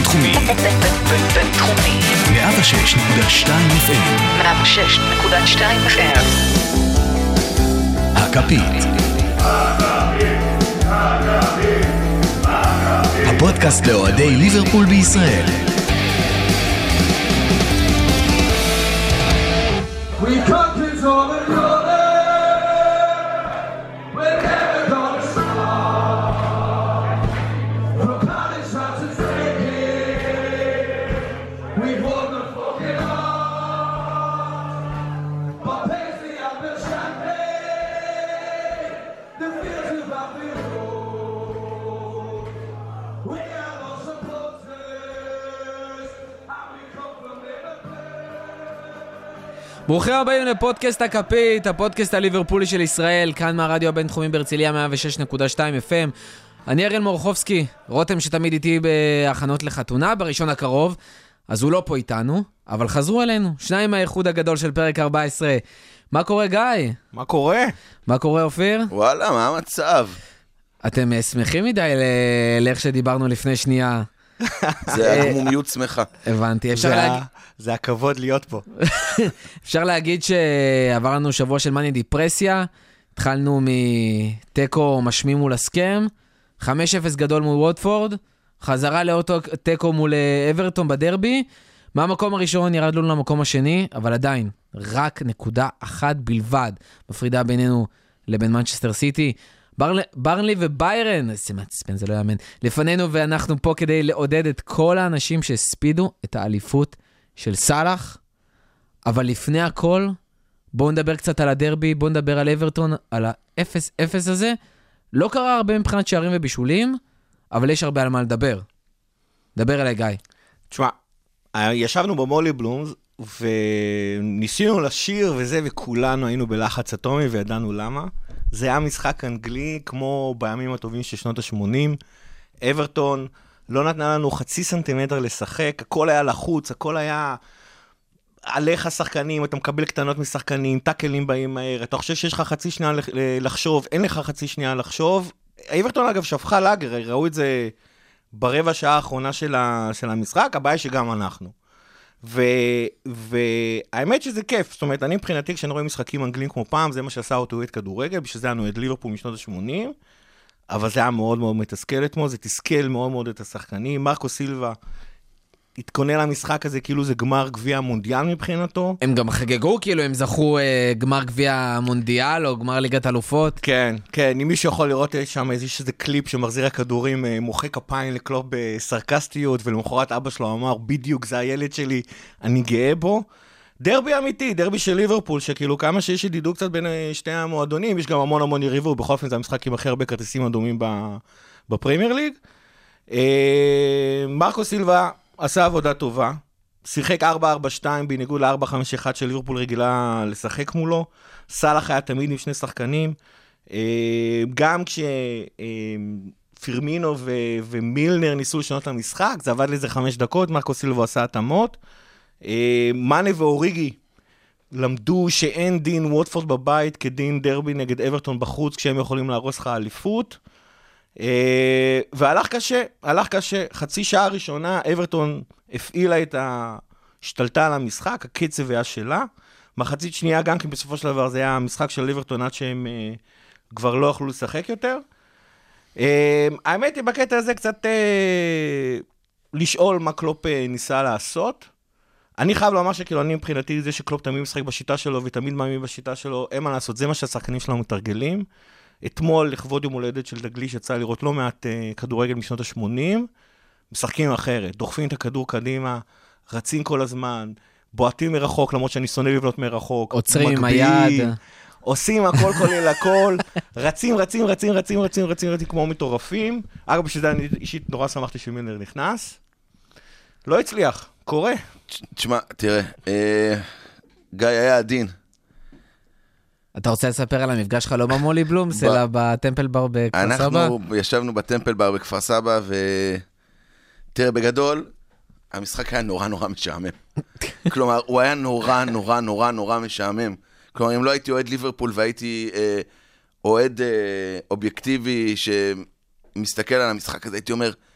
בינתחומי. בינתחומי. 106.2 FM. 106.2 FM. הכפית. הפודקאסט לאוהדי ליברפול בישראל. We can't control the we're never gonna stop. The party's trying to take it. We've won the fucking heart. But paisley up the champagne. The feels about the road. We are no supporters. How we come from Liverpool. ברוכים הבאים לפודקאסט הכפית, הפודקאסט הליברפולי של ישראל, כאן מהרדיו הבינתחומי בהרצליה 106.2 FM. אני אריאל מורחובסקי, רותם שתמיד איתי בהכנות לחתונה בראשון הקרוב, אז הוא לא פה איתנו, אבל חזרו אלינו, שניים מהאיחוד הגדול של פרק 14. מה קורה גיא? מה קורה? מה קורה אופיר? וואלה, מה המצב? אתם שמחים מדי לאיך שדיברנו לפני שנייה. זה הגמומיות שמחה. הבנתי, זה הכבוד להיות פה. אפשר להגיד שעבר לנו שבוע של מניה דיפרסיה, התחלנו מטקו משמים מול הסכם, 5-0 גדול מול ווטפורד, חזרה לאותו טקו מול אברטון בדרבי, מהמקום הראשון ירדנו למקום השני, אבל עדיין, רק נקודה אחת בלבד, מפרידה בינינו לבין מנצ'סטר סיטי, ברנלי וביירן, זה מעצבן, זה לא יאמן, לפנינו ואנחנו פה כדי לעודד את כל האנשים שהספידו את האליפות של סלאח, אבל לפני הכל, בואו נדבר קצת על הדרבי, בואו נדבר על אברטון, על ה-0-0 הזה, לא קרה הרבה מבחינת שערים ובישולים, אבל יש הרבה על מה לדבר. דבר אליי גיא. תשמע, ישבנו במולי בלומס, וניסינו לשיר וזה, וכולנו היינו בלחץ אטומי, וידענו למה. זה היה משחק אנגלי, כמו בימים הטובים של שנות ה-80. אברטון לא נתנה לנו חצי סנטימטר לשחק, הכל היה לחוץ, הכל היה עליך שחקנים, אתה מקבל קטנות משחקנים, טאקלים באים מהר, אתה חושב שיש לך חצי שנייה לחשוב, אין לך חצי שנייה לחשוב. אברטון אגב שפכה לאגר, ראו את זה ברבע שעה האחרונה של המשחק, הבעיה שגם אנחנו. והאמת שזה כיף, זאת אומרת, אני מבחינתי כשאני רואה משחקים אנגלים כמו פעם, זה מה שעשה אותו את כדורגל, בשביל זה אני את ליברפול משנות ה-80, אבל זה היה מאוד מאוד מתסכל אתמול, זה תסכל מאוד מאוד את השחקנים, מרקו סילבה התכונן למשחק הזה כאילו זה גמר גביע המונדיאל מבחינתו. הם גם חגגו כאילו הם זכו גמר גביע המונדיאל או גמר ליגת אלופות. כן, כן, אם מישהו יכול לראות שם איזה קליפ שמחזיר הכדורים, מוחא כפיים לקלופ בסרקסטיות, ולמחרת אבא שלו אמר, בדיוק זה הילד שלי, אני גאה בו. דרבי אמיתי, דרבי של ליברפול, שכאילו כמה שיש ידידות קצת בין שתי המועדונים, יש גם המון יריבו, בכל אופן זה המשחק עם הכי הרבה כרטיסים אדומים בפרמייר ליג. מרקו סילבה עשה עבודה טובה, שיחק 4-4-2 בניגוד ל-4-5-1 של ליברפול רגילה לשחק מולו, סלאח היה תמיד עם שני שחקנים, גם כשפירמינו ומילנר ניסו לשנות למשחק, זה עבד לזה 5 דקות, מרקו סילבה עשה התאמות, מנה ואוריגי למדו שאין דין ווטפורד בבית כדין דרבי נגד אברטון בחוץ, כשהם יכולים להרוס לך אליפות, והלך קשה, חצי שעה ראשונה, אברטון הפעילה את השתלטה על המשחק, הקצב היה שלה, מחצית שנייה גם כי בסופו של דבר זה היה המשחק של אברטון עד שהם כבר לא יכלו לשחק יותר. האמת היא בקטע הזה קצת לשאול מה קלופ ניסה לעשות. אני חייב לומר שכאילו אני מבחינתי זה שקלופ תמיד משחק בשיטה שלו ותמיד מאמין בשיטה שלו, אין מה לעשות, זה מה שהשחקנים שלנו מתרגלים. אתמול, לכבוד יום הולדת של דגליש, יצא לראות לא מעט כדורגל משנות ה-80, משחקים אחרת, דוחפים את הכדור קדימה, רצים כל הזמן, בועטים מרחוק, למרות שאני שונא לבנות מרחוק, עוצרים עם היד, עושים הכל כולל הכל, רצים, כמו מטורפים. אגב, בשביל זה אני אישית נורא שמחתי שמילנר נכנס. לא הצליח, קורה. תשמע, תראה, גיא היה עדין. אתה רוצה לספר על המפגש שלך לא במולי בלומס, אלא בטמפל בר בכפר סבא? אנחנו ישבנו בטמפל בר בכפר סבא, ותראה, בגדול, המשחק היה נורא משעמם. כלומר, הוא היה נורא משעמם. כלומר, אם לא הייתי אוהד ליברפול והייתי אוהד אובייקטיבי שמסתכל על המשחק הזה, הייתי אומר,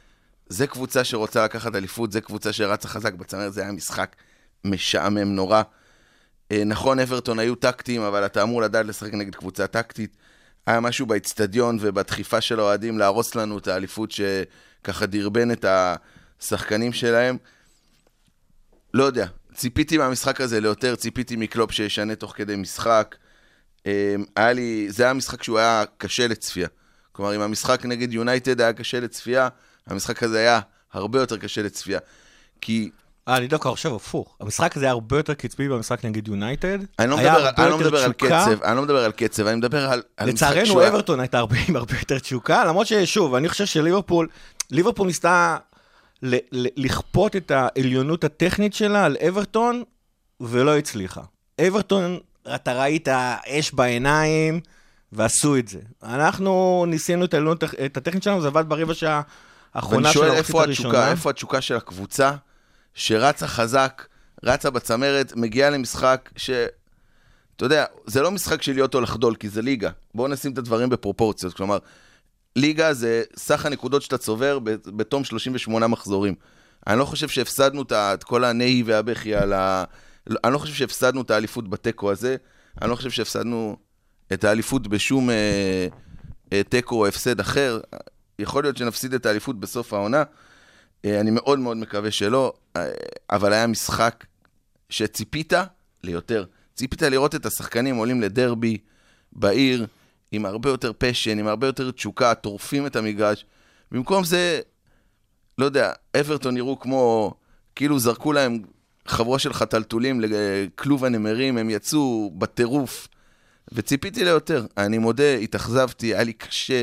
זה קבוצה שרוצה לקחת אליפות, זה קבוצה שרצה חזק בצמרת, זה היה משחק משעמם נורא. נכון, אברטון היו טקטיים, אבל אתה אמור לדעת לשחק נגד קבוצה טקטית. היה משהו באצטדיון ובדחיפה של האוהדים להרוס לנו את האליפות שככה דרבן את השחקנים שלהם. לא יודע, ציפיתי מהמשחק הזה ליותר, ציפיתי מקלופ שישנה תוך כדי משחק. זה היה משחק שהוא היה קשה לצפייה. כלומר, אם המשחק נגד יונייטד היה קשה לצפייה, המשחק הזה היה הרבה יותר קשה לצפייה. כי... אני דווקא חושב הפוך. המשחק הזה היה הרבה יותר קצבי במשחק נגד יונייטד. אני לא מדבר על קצב, אני מדבר על משחק שהוא... לצערנו, אברטון הייתה הרבה יותר תשוקה, למרות ששוב, אני חושב ליברפול ניסתה לכפות את העליונות הטכנית שלה על אברטון, ולא הצליחה. אברטון, אתה ראית אש בעיניים, ועשו את זה. אנחנו ניסינו את העליונות, את הטכנית שלנו, זה עבד ברבע שעה האחרונה של המחצית הראשונה. איפה התשוקה של הקבוצה, שרצה חזק, רצה בצמרת, מגיעה למשחק אתה יודע, זה לא משחק של להיות או לחדול, כי זה ליגה. בואו נשים את הדברים בפרופורציות. כלומר, ליגה זה סך הנקודות שאתה צובר בתום 38 מחזורים. אני לא חושב שהפסדנו את כל הנהי והבכי אני לא חושב שהפסדנו את האליפות בטקו הזה. אני לא חושב שהפסדנו את האליפות בשום טקו או הפסד אחר. יכול להיות שנפסיד את האליפות בסוף העונה. אני מאוד מאוד מקווה שלא, אבל היה משחק שציפית ליותר. ציפית לראות את השחקנים עולים לדרבי בעיר, עם הרבה יותר פשן, עם הרבה יותר תשוקה, טורפים את המגרש. במקום זה, לא יודע, אברטון נראו כמו, כאילו זרקו להם חבורה של חתלתולים לכלוב הנמרים, הם יצאו בטירוף, וציפיתי ליותר. אני מודה, התאכזבתי, היה לי קשה.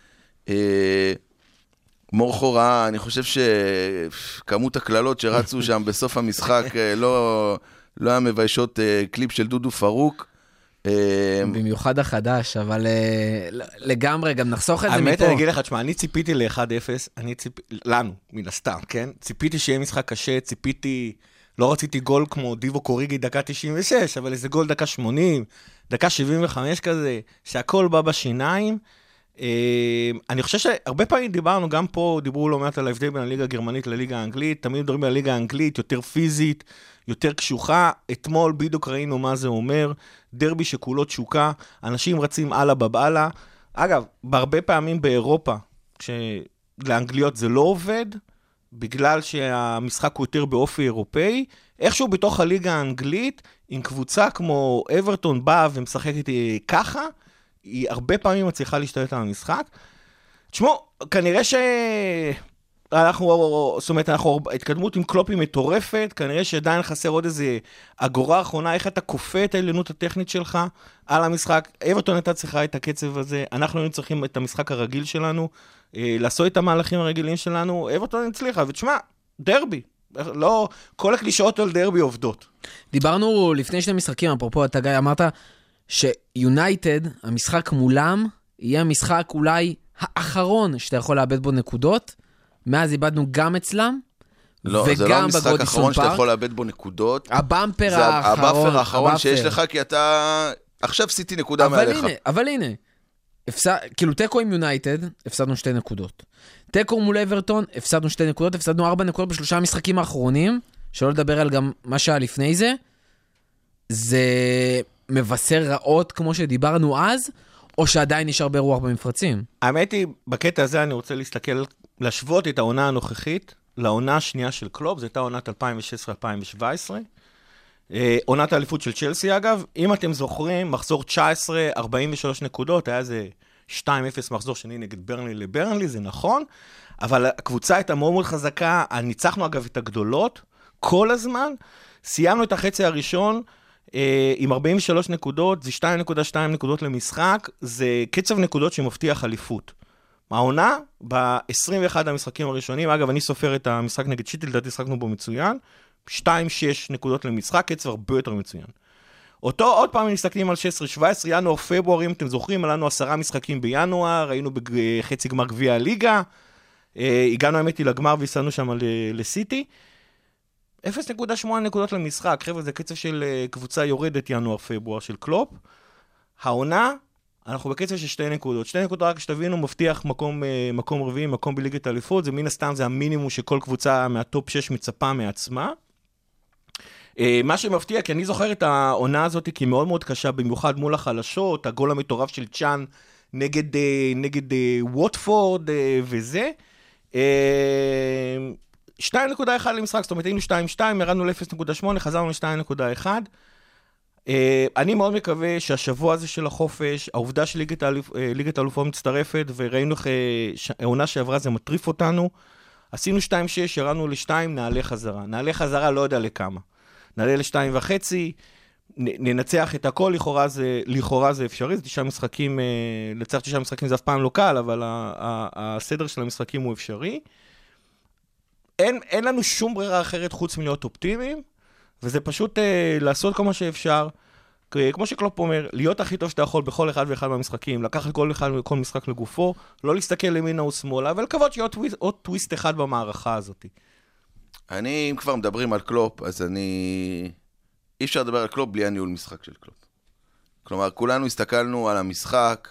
מורכו רעה, אני חושב שכמות הכללות שרצו שם בסוף המשחק לא היה מביישות קליפ של דודו פרוק. במיוחד החדש, אבל לגמרי, גם נחסוך את זה מפה. האמת, אני אגיד לך, תשמע, אני ציפיתי ל-1-0, לנו, מן הסתם, כן? ציפיתי שיהיה משחק קשה, לא רציתי גול כמו דיבו קוריגי דקה 96, אבל איזה גול דקה 80, דקה 75 כזה, שהכל בא בשיניים. אני חושב שהרבה פעמים דיברנו, גם פה דיברו לא מעט על ההבדל בין הליגה הגרמנית לליגה האנגלית, תמיד מדברים על הליגה האנגלית, יותר פיזית, יותר קשוחה. אתמול בדיוק ראינו מה זה אומר, דרבי שכולו תשוקה, אנשים רצים הלאה בבעלה. אגב, בהרבה פעמים באירופה, כשלאנגליות זה לא עובד, בגלל שהמשחק הוא יותר באופי אירופאי, איכשהו בתוך הליגה האנגלית, עם קבוצה כמו אברטון באה ומשחקת ככה, היא הרבה פעמים מצליחה להשתלט על המשחק. תשמעו, כנראה התקדמות עם קלופים מטורפת, כנראה שעדיין חסר עוד איזה אגורה האחרונה, איך אתה כופה את העליונות הטכנית שלך על המשחק. אברטון הייתה צריכה את הקצב הזה, אנחנו היינו צריכים את המשחק הרגיל שלנו, לעשות את המהלכים הרגילים שלנו, אברטון הצליחה, ותשמע, דרבי, לא, כל הקלישאות על דרבי עובדות. דיברנו לפני שני משחקים, אפרופו, אתה גיא, אמרת שיונייטד, המשחק מולם, יהיה המשחק אולי האחרון שאתה יכול לאבד בו נקודות, מאז איבדנו גם אצלם, לא, זה לא המשחק האחרון שאתה יכול לאבד בו נקודות. הבמפר האחרון. זה הבמפר האחרון שיש לך, כי אתה עכשיו עשיתי נקודה מעליך. אבל הנה, כאילו תיקו עם יונייטד, הפסדנו 2 נקודות. תיקו מול אברטון, הפסדנו 2 נקודות, הפסדנו 4 נקודות בשלושה המשחקים האחרונים, שלא לדבר על גם מה שהיה לפני זה. זה מבשר רעות כמו שדיברנו אז, או שעדיין נשאר ברוח במפרצים? האמת היא, בקטע הזה אני רוצה להשוות את העונה הנוכחית לעונה השנייה של קלופ, זו הייתה עונת 2016-2017. עונת האליפות של צ'לסי אגב, אם אתם זוכרים, מחזור 19, 43 נקודות, היה זה 2-0 מחזור שני נגד ברנלי לברנלי, זה נכון, אבל הקבוצה הייתה מאוד מאוד חזקה, ניצחנו אגב את הגדולות, כל הזמן, סיימנו את החצי הראשון, עם 43 נקודות, זה 2.2 נקודות למשחק, זה קצב נקודות שמבטיח אליפות. העונה, ב-21 המשחקים הראשונים, אגב, אני סופר את המשחק נגד שיטי, לדעתי שחקנו בו מצוין, 2.6 נקודות למשחק, קצב הרבה יותר מצוין. עוד פעם נסתכלים על 16-17, ינואר, פברואר, אם אתם זוכרים, עלינו 10 משחקים בינואר, היינו בחצי גמר גביע הליגה, הגענו האמת היא לגמר והסענו שם לסיטי, 0.8 נקודות למשחק, חבר'ה, זה קצב של קבוצה יורדת ינואר-פברואר של קלופ. העונה, אנחנו בקצב של 2 נקודות. 2 נקודות רק שתבינו, מבטיח מקום רביעי, מקום בליגת האליפות, זה מן הסתם, זה המינימום שכל קבוצה מהטופ 6 מצפה מעצמה. מה שמפתיע, כי אני זוכר את העונה הזאת, כי היא מאוד מאוד קשה, במיוחד מול החלשות, הגול המטורף של צ'אן נגד ווטפורד וזה. 2.1 למשחק, זאת אומרת, היינו 2.2, ירדנו ל-0.8, חזרנו ל-2.1. אני מאוד מקווה שהשבוע הזה של החופש, העובדה שליגת האלופות מצטרפת, וראינו איך העונה שעברה זה מטריף אותנו, עשינו 2.6, ירדנו ל-2, נעלה חזרה, לא יודע לכמה. נעלה ל-2.5, ננצח את הכל, לכאורה זה אפשרי, זה 9 משחקים, לצח 9 משחקים זה אף פעם לא קל, אבל הסדר של המשחקים הוא אפשרי. אין לנו שום ברירה אחרת חוץ מלהיות אופטימיים, וזה פשוט לעשות כל מה שאפשר, כמו שקלופ אומר, להיות הכי טוב שאתה יכול בכל אחד ואחד מהמשחקים, לקחת כל משחק לגופו, לא להסתכל למינה או שמאלה, ולקוות שיהיה עוד טוויסט אחד במערכה הזאת. אם כבר מדברים על קלופ, אז אי אפשר לדבר על קלופ בלי הניהול משחק של קלופ. כלומר, כולנו הסתכלנו על המשחק,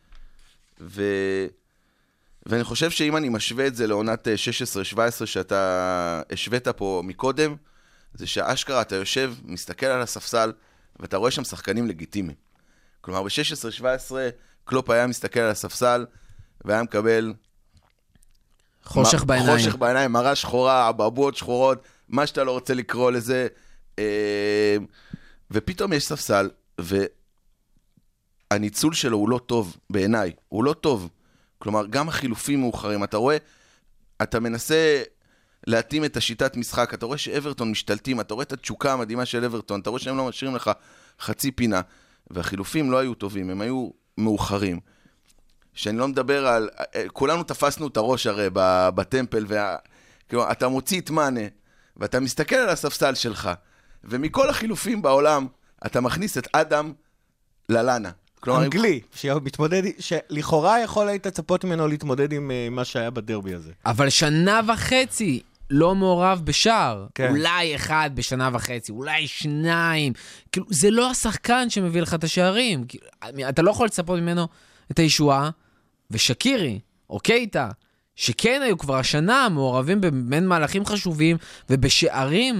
ואני חושב שאם אני משווה את זה לעונת 16-17 שאתה השווית פה מקודם, זה שהאשכרה אתה יושב, מסתכל על הספסל, ואתה רואה שם שחקנים לגיטימיים. כלומר, ב-16-17 קלופ היה מסתכל על הספסל, והיה מקבל חושך בעיניים. חושך בעיניים, מראה שחורה, אבעבועות שחורות, מה שאתה לא רוצה לקרוא לזה. ופתאום יש ספסל, והניצול שלו הוא לא טוב בעיניי, הוא לא טוב. כלומר, גם החילופים מאוחרים, אתה רואה, אתה מנסה להתאים את השיטת משחק, אתה רואה שאברטון משתלטים, אתה רואה את התשוקה המדהימה של אברטון, אתה רואה שהם לא משאירים לך חצי פינה, והחילופים לא היו טובים, הם היו מאוחרים. שאני לא מדבר על, כולנו תפסנו את הראש הרי בטמפל, כלומר, אתה מוציא את מנה, ואתה מסתכל על הספסל שלך, ומכל החילופים בעולם, אתה מכניס את אדם ללנה. אנגלי, שלכאורה יכול היית לצפות ממנו להתמודד עם מה שהיה בדרבי הזה. אבל 1.5 שנה לא מעורב בשער. כן. אולי 1 בשנה וחצי, אולי 2. כאילו, זה לא השחקן שמביא לך את השערים. כאילו, אתה לא יכול לצפות ממנו את הישועה, ושקירי, או קייטה, שכן היו כבר השנה מעורבים בין מהלכים חשובים, ובשערים.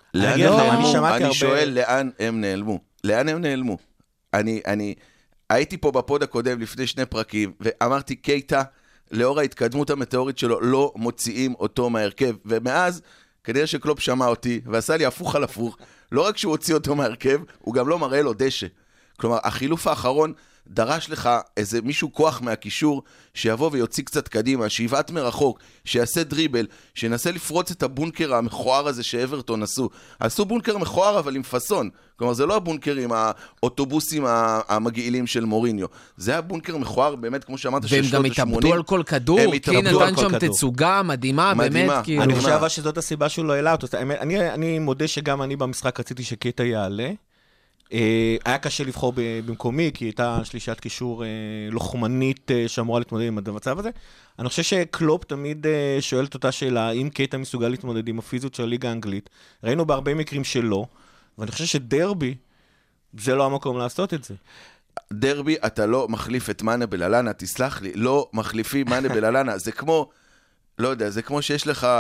אני שואל לאן הם נעלמו. לאן הם נעלמו? אני הייתי פה בפוד הקודם לפני 2 פרקים, ואמרתי, קייטה, לאור ההתקדמות המטאורית שלו, לא מוציאים אותו מהרכב. ומאז, כנראה שקלופ שמע אותי, ועשה לי הפוך על הפוך, לא רק שהוא הוציא אותו מהרכב, הוא גם לא מראה לו דשא. כלומר, החילוף האחרון דרש לך איזה מישהו כוח מהקישור, שיבוא ויוציא קצת קדימה, שיבעט מרחוק, שיעשה דריבל, שינסה לפרוץ את הבונקר המכוער הזה שאברטון עשו. עשו בונקר מכוער אבל עם פסון. כלומר, זה לא הבונקר עם האוטובוסים המגעילים של מוריניו. זה הבונקר מכוער באמת, כמו שאמרת, והם גם התאבדו על כל כדור, כי נתן שם תצוגה מדהימה, באמת כאילו. אני חושב שזאת הסיבה שהוא לא העלה אותו. אני מודה שגם אני במשחק רציתי שקייטה יעלה. היה קשה לבחור במקומי, כי הייתה שלישת קישור לוחמנית שאמורה להתמודד עם המצב הזה. אני חושב שקלופ תמיד שואל את אותה שאלה, אם קייטה מסוגל להתמודד עם הפיזיות של הליגה האנגלית. ראינו בהרבה מקרים שלא, ואני חושב שדרבי, זה לא המקום לעשות את זה. דרבי, אתה לא מחליף את מנה בללנה, תסלח לי, לא מחליפים מנה בללנה. זה כמו, לא יודע, זה כמו שיש לך,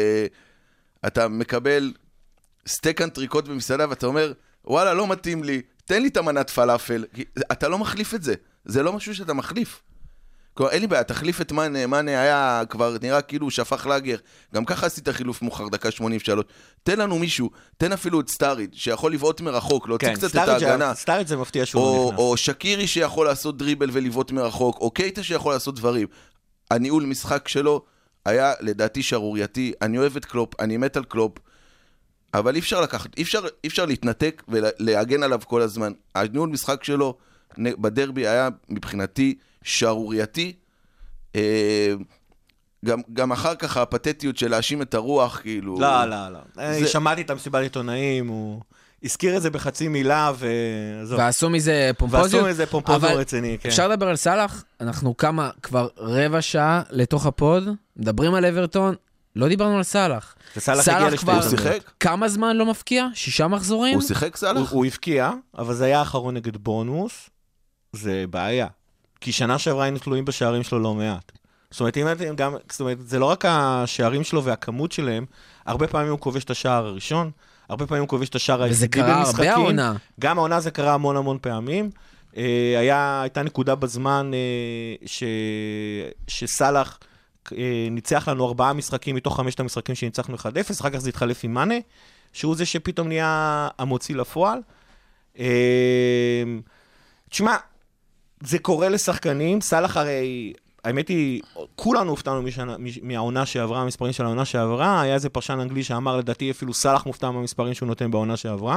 אתה מקבל סטייק אנטריקוט במסעדה, ואתה אומר, וואלה, לא מתאים לי, תן לי את המנת פלאפל. אתה לא מחליף את זה. זה לא משהו שאתה מחליף. כלומר, אין לי בעיה, תחליף את מנה, מנה היה כבר נראה כאילו שפך לאגר. גם ככה עשית חילוף מוכר, דקה 83. תן לנו מישהו, תן אפילו את סטאריד, שיכול לבעוט מרחוק, להוציא קצת את ההגנה. סטאריד זה מפתיע שהוא לא נכנס. או שקירי שיכול לעשות דריבל ולבעוט מרחוק, או קייטה שיכול לעשות דברים. הניהול משחק שלו היה לדעתי שערורייתי. אני אוהב את קלופ, אני מת על קלופ. אבל אי אפשר לקחת, אי אפשר להתנתק ולהגן עליו כל הזמן. הניהול משחק שלו בדרבי היה מבחינתי שערורייתי. גם אחר כך הפתטיות של להאשים את הרוח, כאילו... לא, לא, לא. שמעתי את המסיבת עיתונאים, הוא הזכיר את זה בחצי מילה, ועשו מזה פומפוזיות. ועשו מזה פומפוזיות רציני, כן. אפשר לדבר על סלאח? אנחנו כמה, כבר 15 דקות לתוך הפוד, מדברים על אברטון, לא דיברנו על סלאח. סלאח כבר שיחק? כמה זמן לא מפקיע? 6 מחזורים? הוא שיחק סלאח? הוא הבקיע, אבל זה היה האחרון נגד בונוס, זה בעיה. כי שנה שעברה היינו תלויים בשערים שלו לא מעט. זאת אומרת, זה לא רק השערים שלו והכמות שלהם, הרבה פעמים הוא כובש את השער הראשון, הרבה פעמים הוא כובש את השער היחידי במשחקים. וזה קרה הרבה העונה. גם העונה זה קרה המון המון פעמים. הייתה נקודה בזמן שסלח ניצח לנו 4 משחקים מתוך 5 המשחקים שניצחנו 1-0, אחר כך זה התחלף עם מנה, שהוא זה שפתאום נהיה המוציא לפועל. תשמע, זה קורה לשחקנים, סלח הרי, האמת היא, כולנו הופתענו מהעונה שעברה, המספרים של העונה שעברה, היה איזה פרשן אנגלי שאמר, לדעתי אפילו סלח מופתע מהמספרים שהוא נותן בעונה שעברה.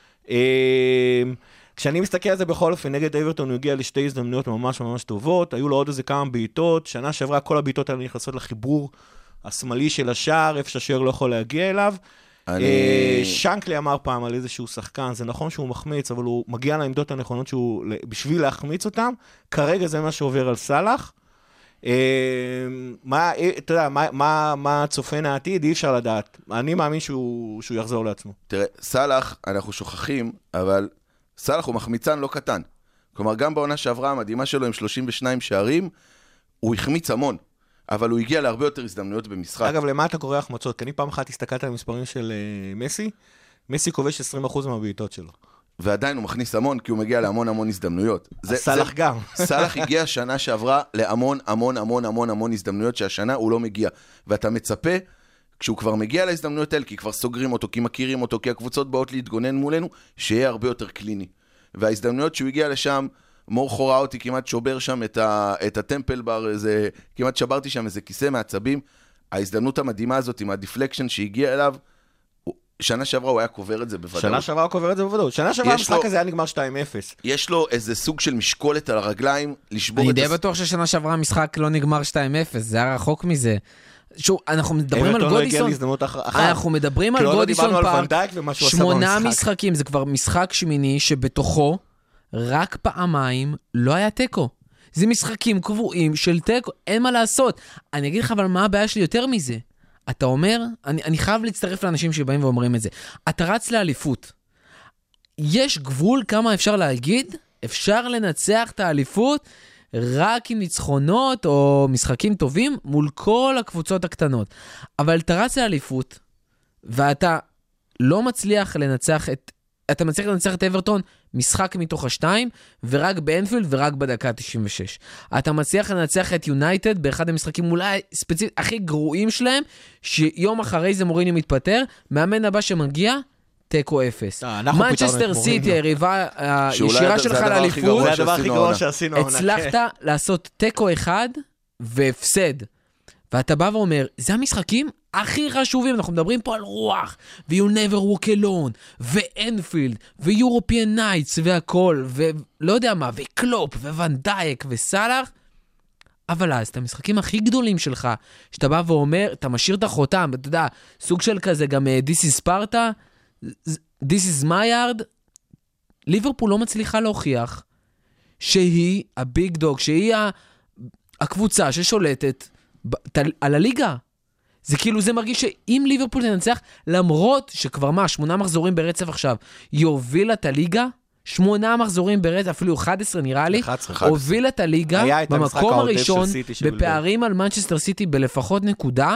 כשאני מסתכל על זה בכל אופן, נגד אברטון הוא הגיע לשתי הזדמנויות ממש ממש טובות, היו לו עוד איזה כמה בעיטות, שנה שעברה כל הבעיטות האלה נכנסות לחיבור השמאלי של השער, איפה שהשוער לא יכול להגיע אליו. שנקלי אמר פעם על איזשהו שחקן, זה נכון שהוא מחמיץ, אבל הוא מגיע לעמדות הנכונות בשביל להחמיץ אותם, כרגע זה מה שעובר על סלח. אתה יודע, מה צופן העתיד, אי אפשר לדעת. אני מאמין שהוא יחזור לעצמו. תראה, סלח, אנחנו שוכחים, אבל סלח הוא מחמיצן לא קטן. כלומר, גם בעונה שעברה המדהימה שלו עם 32 שערים, הוא החמיץ המון. אבל הוא הגיע להרבה יותר הזדמנויות במשחק. אגב, למה אתה קורא החמצות? כי אני פעם אחת הסתכלת על המספרים של מסי, מסי כובש 20% מהבעיטות שלו. ועדיין הוא מכניס המון, כי הוא מגיע להמון המון הזדמנויות. סלח גם. סלח הגיע שנה שעברה להמון המון המון המון המון הזדמנויות, שהשנה הוא לא מגיע. ואתה מצפה, כשהוא כבר מגיע להזדמנויות האלה, כי כבר סוגרים אותו, כי מכירים אותו, כי הקבוצות באות להתגונן מולנו, שיהיה הרבה יותר קליני. וההזדמנויות שהוא הגיע לשם, מור חורה אותי, כמעט שובר שם את הטמפל בר, כמעט שברתי שם איזה כיסא מעצבים. ההזדמנות המדהימה הזאת עם הדיפלקשן שהגיע אליו, שנה שעברה הוא היה קובר את זה בוודאות. שנה שעברה הוא קובר את זה בוודאות. שנה שעברה המשחק הזה היה נגמר 2-0. יש לו איזה סוג של משקולת על הרגליים, לשבור את... אני די בטוח ששנה שעברה המשחק לא נגמר 2-0, זה היה רחוק מזה. שוב, אנחנו מדברים על גודיסון, אנחנו מדברים על גודיסון פארק, 8 משחקים, זה כבר משחק שמיני שבתוכו רק פעמיים לא היה טקו. זה משחקים קבועים של טקו, אין מה לעשות. אני אגיד לך אבל מה הבעיה שלי יותר מזה. אתה אומר, אני חייב להצטרף לאנשים שבאים ואומרים את זה. אתה רץ לאליפות. יש גבול כמה אפשר להגיד, אפשר לנצח את האליפות רק עם ניצחונות או משחקים טובים מול כל הקבוצות הקטנות. אבל אתה רץ לאליפות, ואתה לא מצליח לנצח אתה מצליח לנצח את אברטון משחק מתוך 2, ורק באנפילד ורק בדקה 96. אתה מצליח לנצח את יונייטד באחד המשחקים אולי ספציפית הכי גרועים שלהם, שיום אחרי זה מוריניו מתפטר, מאמן הבא שמגיע, טקו 0. מנצ'סטר סיטי, היריבה הישירה שלך לאליפות, זה הדבר הכי גרוע שעשינו. הצלחת לעשות טקו 1 והפסד. ואתה בא ואומר, זה המשחקים הכי חשובים, אנחנו מדברים פה על רוח, ו-You Never Walk Alone, ואנפילד, ו-European Nights, והכל, ולא יודע מה, וקלופ, וונדייק, וסלח, אבל אז, את המשחקים הכי גדולים שלך, שאתה בא ואומר, אתה משאיר את החותם, אתה יודע, סוג של כזה, גם This is Sparta, This is my yard, ליברפול לא מצליחה להוכיח, שהיא הביג דוג, שהיא הקבוצה ששולטת, על הליגה. זה כאילו, זה מרגיש שאם ליברפול תנצח, למרות שכבר 8 מחזורים ברצף עכשיו, היא הובילה את הליגה, 8 מחזורים ברצף, אפילו 11 נראה לי, 11. הובילה את הליגה, במקום הראשון, בפערים על מנצ'סטר סיטי בלפחות נקודה,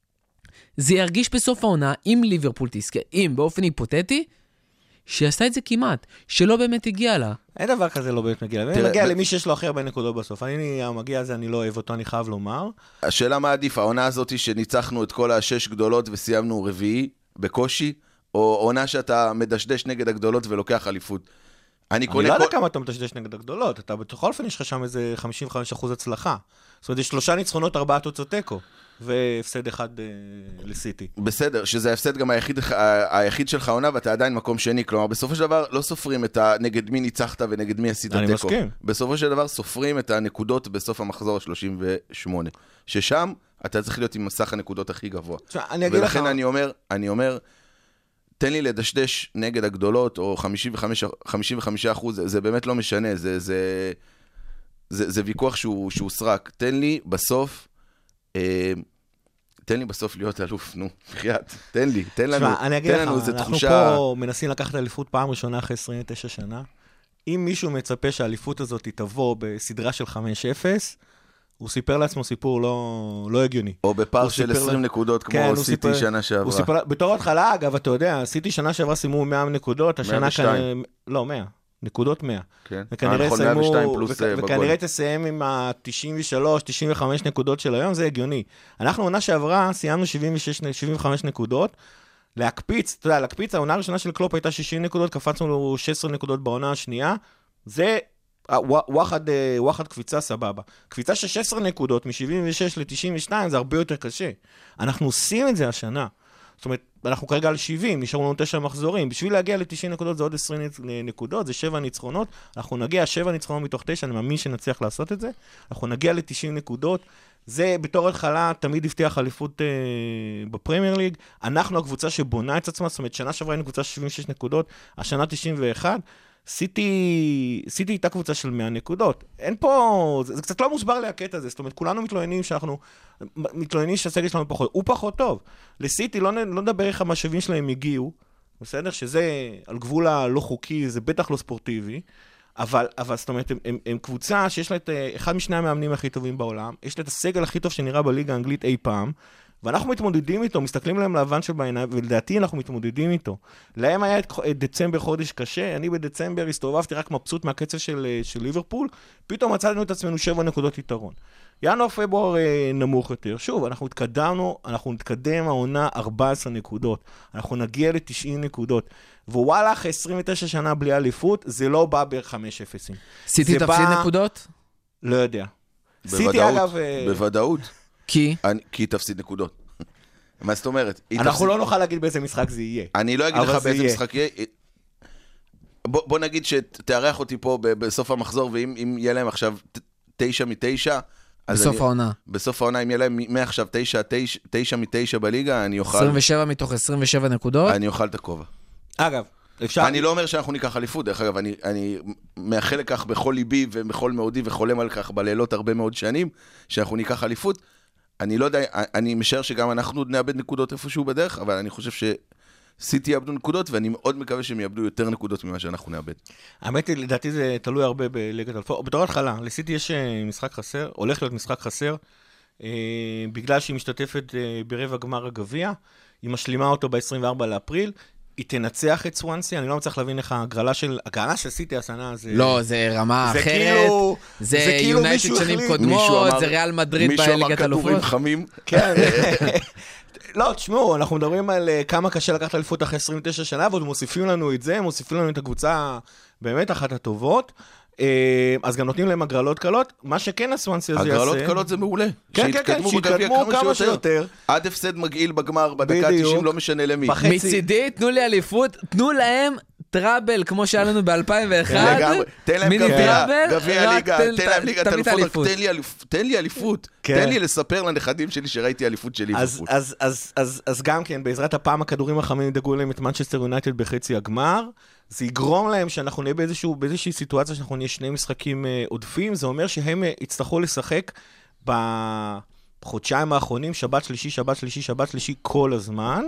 זה ירגיש בסוף העונה, אם ליברפול תזכה, אם באופן היפותטי, שעשתה את זה כמעט, שלא באמת הגיע לה. אין דבר כזה לא באמת מגיע לה. אני מגיע למי שיש לו הכי הרבה נקודות בסוף. המגיע הזה, אני לא אוהב אותו, אני חייב לומר. השאלה מה עדיף, העונה הזאת שניצחנו את כל 6 גדולות וסיימנו רביעי בקושי, או עונה שאתה מדשדש נגד הגדולות ולוקח אליפות. אני לא יודע כמה אתה מדשדש נגד הגדולות, אתה בכל אופן יש לך שם איזה 55% הצלחה. זאת אומרת, יש 3 ניצחונות, 4 תוצאות תיקו. והפסד אחד לסיטי. בסדר, שזה ההפסד גם היחיד שלך עונה, ואתה עדיין מקום שני. כלומר, בסופו של דבר לא סופרים את נגד מי ניצחת ונגד מי עשית תיקו. אני מסכים. בסופו של דבר סופרים את הנקודות בסוף המחזור ה-38. ששם אתה צריך להיות עם מסך הנקודות הכי גבוה. ולכן אני אומר, תן לי לדשדש נגד הגדולות, או 55%, זה באמת לא משנה, זה ויכוח שהוא סרק. תן לי בסוף להיות אלוף, נו, בחייאת, תן לנו איזה תחושה. אנחנו פה מנסים לקחת אליפות פעם ראשונה אחרי 29 שנה, אם מישהו מצפה שהאליפות הזאת תבוא בסדרה של 5-0, הוא סיפר לעצמו סיפור לא הגיוני. או בפער של 20 נקודות, כמו סיטי שנה שעברה. בתור התחלה, אגב, אתה יודע, סיטי שנה שעברה סיימו 100 נקודות, השנה כאן... לא, 100. נקודות 100. כן. וכנראה תסיים עם ה-93-95 נקודות של היום, זה הגיוני. אנחנו עונה שעברה, סיימנו 75 נקודות, להקפיץ, אתה יודע, להקפיץ, העונה הראשונה של קלופ הייתה 60 נקודות, קפצנו לו 16 נקודות בעונה השנייה, זה וואחד קפיצה סבבה. קפיצה של 16 נקודות, מ-76 ל-92, זה הרבה יותר קשה. אנחנו עושים את זה השנה. זאת אומרת, אנחנו כרגע על 70, נשארו לנו 9 מחזורים. בשביל להגיע ל-90 נקודות זה עוד 20 נקודות, זה 7 ניצחונות. אנחנו נגיע 7 ניצחונות מתוך 9, אני מאמין שנצליח לעשות את זה. אנחנו נגיע ל-90 נקודות. זה בתור התחלה תמיד הבטיח אליפות בפרמייר ליג. אנחנו הקבוצה שבונה את עצמה, זאת אומרת, שנה שעברה היינו קבוצה 76 נקודות, השנה 91. סיטי הייתה קבוצה של 100 נקודות. אין פה, זה קצת לא מוסבר לי הקטע הזה, זאת אומרת, כולנו מתלוננים שהסגל שלנו פחות, הוא פחות טוב. לסיטי לא נדבר איך המשאבים שלהם הגיעו, בסדר? שזה על גבול הלא חוקי, זה בטח לא ספורטיבי, אבל זאת אומרת, הם קבוצה שיש לה את אחד משני המאמנים הכי טובים בעולם, יש לה את הסגל הכי טוב שנראה בליגה האנגלית אי פעם, ואנחנו מתמודדים איתו, מסתכלים להם לבן של בעיניים, ולדעתי אנחנו מתמודדים איתו. להם היה את דצמבר חודש קשה, אני בדצמבר הסתובבתי רק מבסוט מהקצב של ליברפול, פתאום מצאנו את עצמנו 7 נקודות יתרון. ינואר פברואר נמוך יותר. שוב, אנחנו נתקדם העונה 14 נקודות, אנחנו נגיע ל-90 נקודות, ווואלה, אחרי 29 שנה בלי אליפות, זה לא בא ב-5-0. סיטי תפסיד נקודות? לא יודע. בוודאות. כי תפסיד נקודות. מה זאת אומרת? אנחנו לא נוכל להגיד באיזה משחק זה יהיה. אני לא אגיד לך באיזה משחק יהיה. בוא נגיד שתארח אותי פה בסוף המחזור, ואם יהיה להם עכשיו 9 מ-9, בסוף העונה. בסוף העונה, אם יהיה להם מעכשיו 9 מ-9 בליגה, אני אוכל... 27 מתוך 27 נקודות? אני אוכל את הכובע. אגב, אפשר... אני לא אומר שאנחנו ניקח אליפות, דרך אגב, אני מאחל לכך בכל ליבי ובכל מאודי, וחולם על כך בלילות הרבה מאוד שנים, שאנחנו ניקח אליפות. אני לא יודע, אני משער שגם אנחנו נאבד נקודות איפשהו בדרך, אבל אני חושב שסיטי יאבדו נקודות, ואני מאוד מקווה שהם יאבדו יותר נקודות ממה שאנחנו נאבד. האמת היא, לדעתי זה תלוי הרבה בליגת האלופות. בתור התחלה, לסיטי יש משחק חסר, הולך להיות משחק חסר, בגלל שהיא משתתפת ברבע גמר הגביע, היא משלימה אותו ב-24 לאפריל, היא תנצח את סואנסי, אני לא מצליח להבין איך הגרלה של סיטי השנה זה... לא, זה רמה אחרת, זה יונייטד שנים קודמות, זה ריאל מדריד בליגת האלופות. מישהו אמר כדורים חמים. כן. לא, תשמעו, אנחנו מדברים על כמה קשה לקחת אליפות אחרי 29 שנה, ועוד מוסיפים לנו את זה, מוסיפים לנו את הקבוצה באמת אחת הטובות, אז גם נותנים להם הגרלות קלות, מה שכן הסואנסי הזה יעשה... הגרלות קלות זה מעולה. כן, שיתקדמו כמה שיותר. עד הפסד מגעיל בגמר, בדקה 90 לא משנה למי. מצידי, תנו לי אליפות, תנו להם טראבל, כמו שהיה לנו ב-2001. תן להם גביע ליגה, תן להם ליגת אליפות, תן לי אליפות. תן לי לספר לנכדים שלי שראיתי אליפות שלי. אז גם כן, בעזרת הפעם הכדורים החמים ידאגו להם את מנצ'סטר יונייטד בחצי הגמר, זה יגרום להם שאנחנו נהיה באיזושהי סיטואציה שאנחנו נהיה 2 משחקים עודפים, זה אומר שהם יצטרכו לשחק בחודשיים האחרונים, שבת שלישי כל הזמן,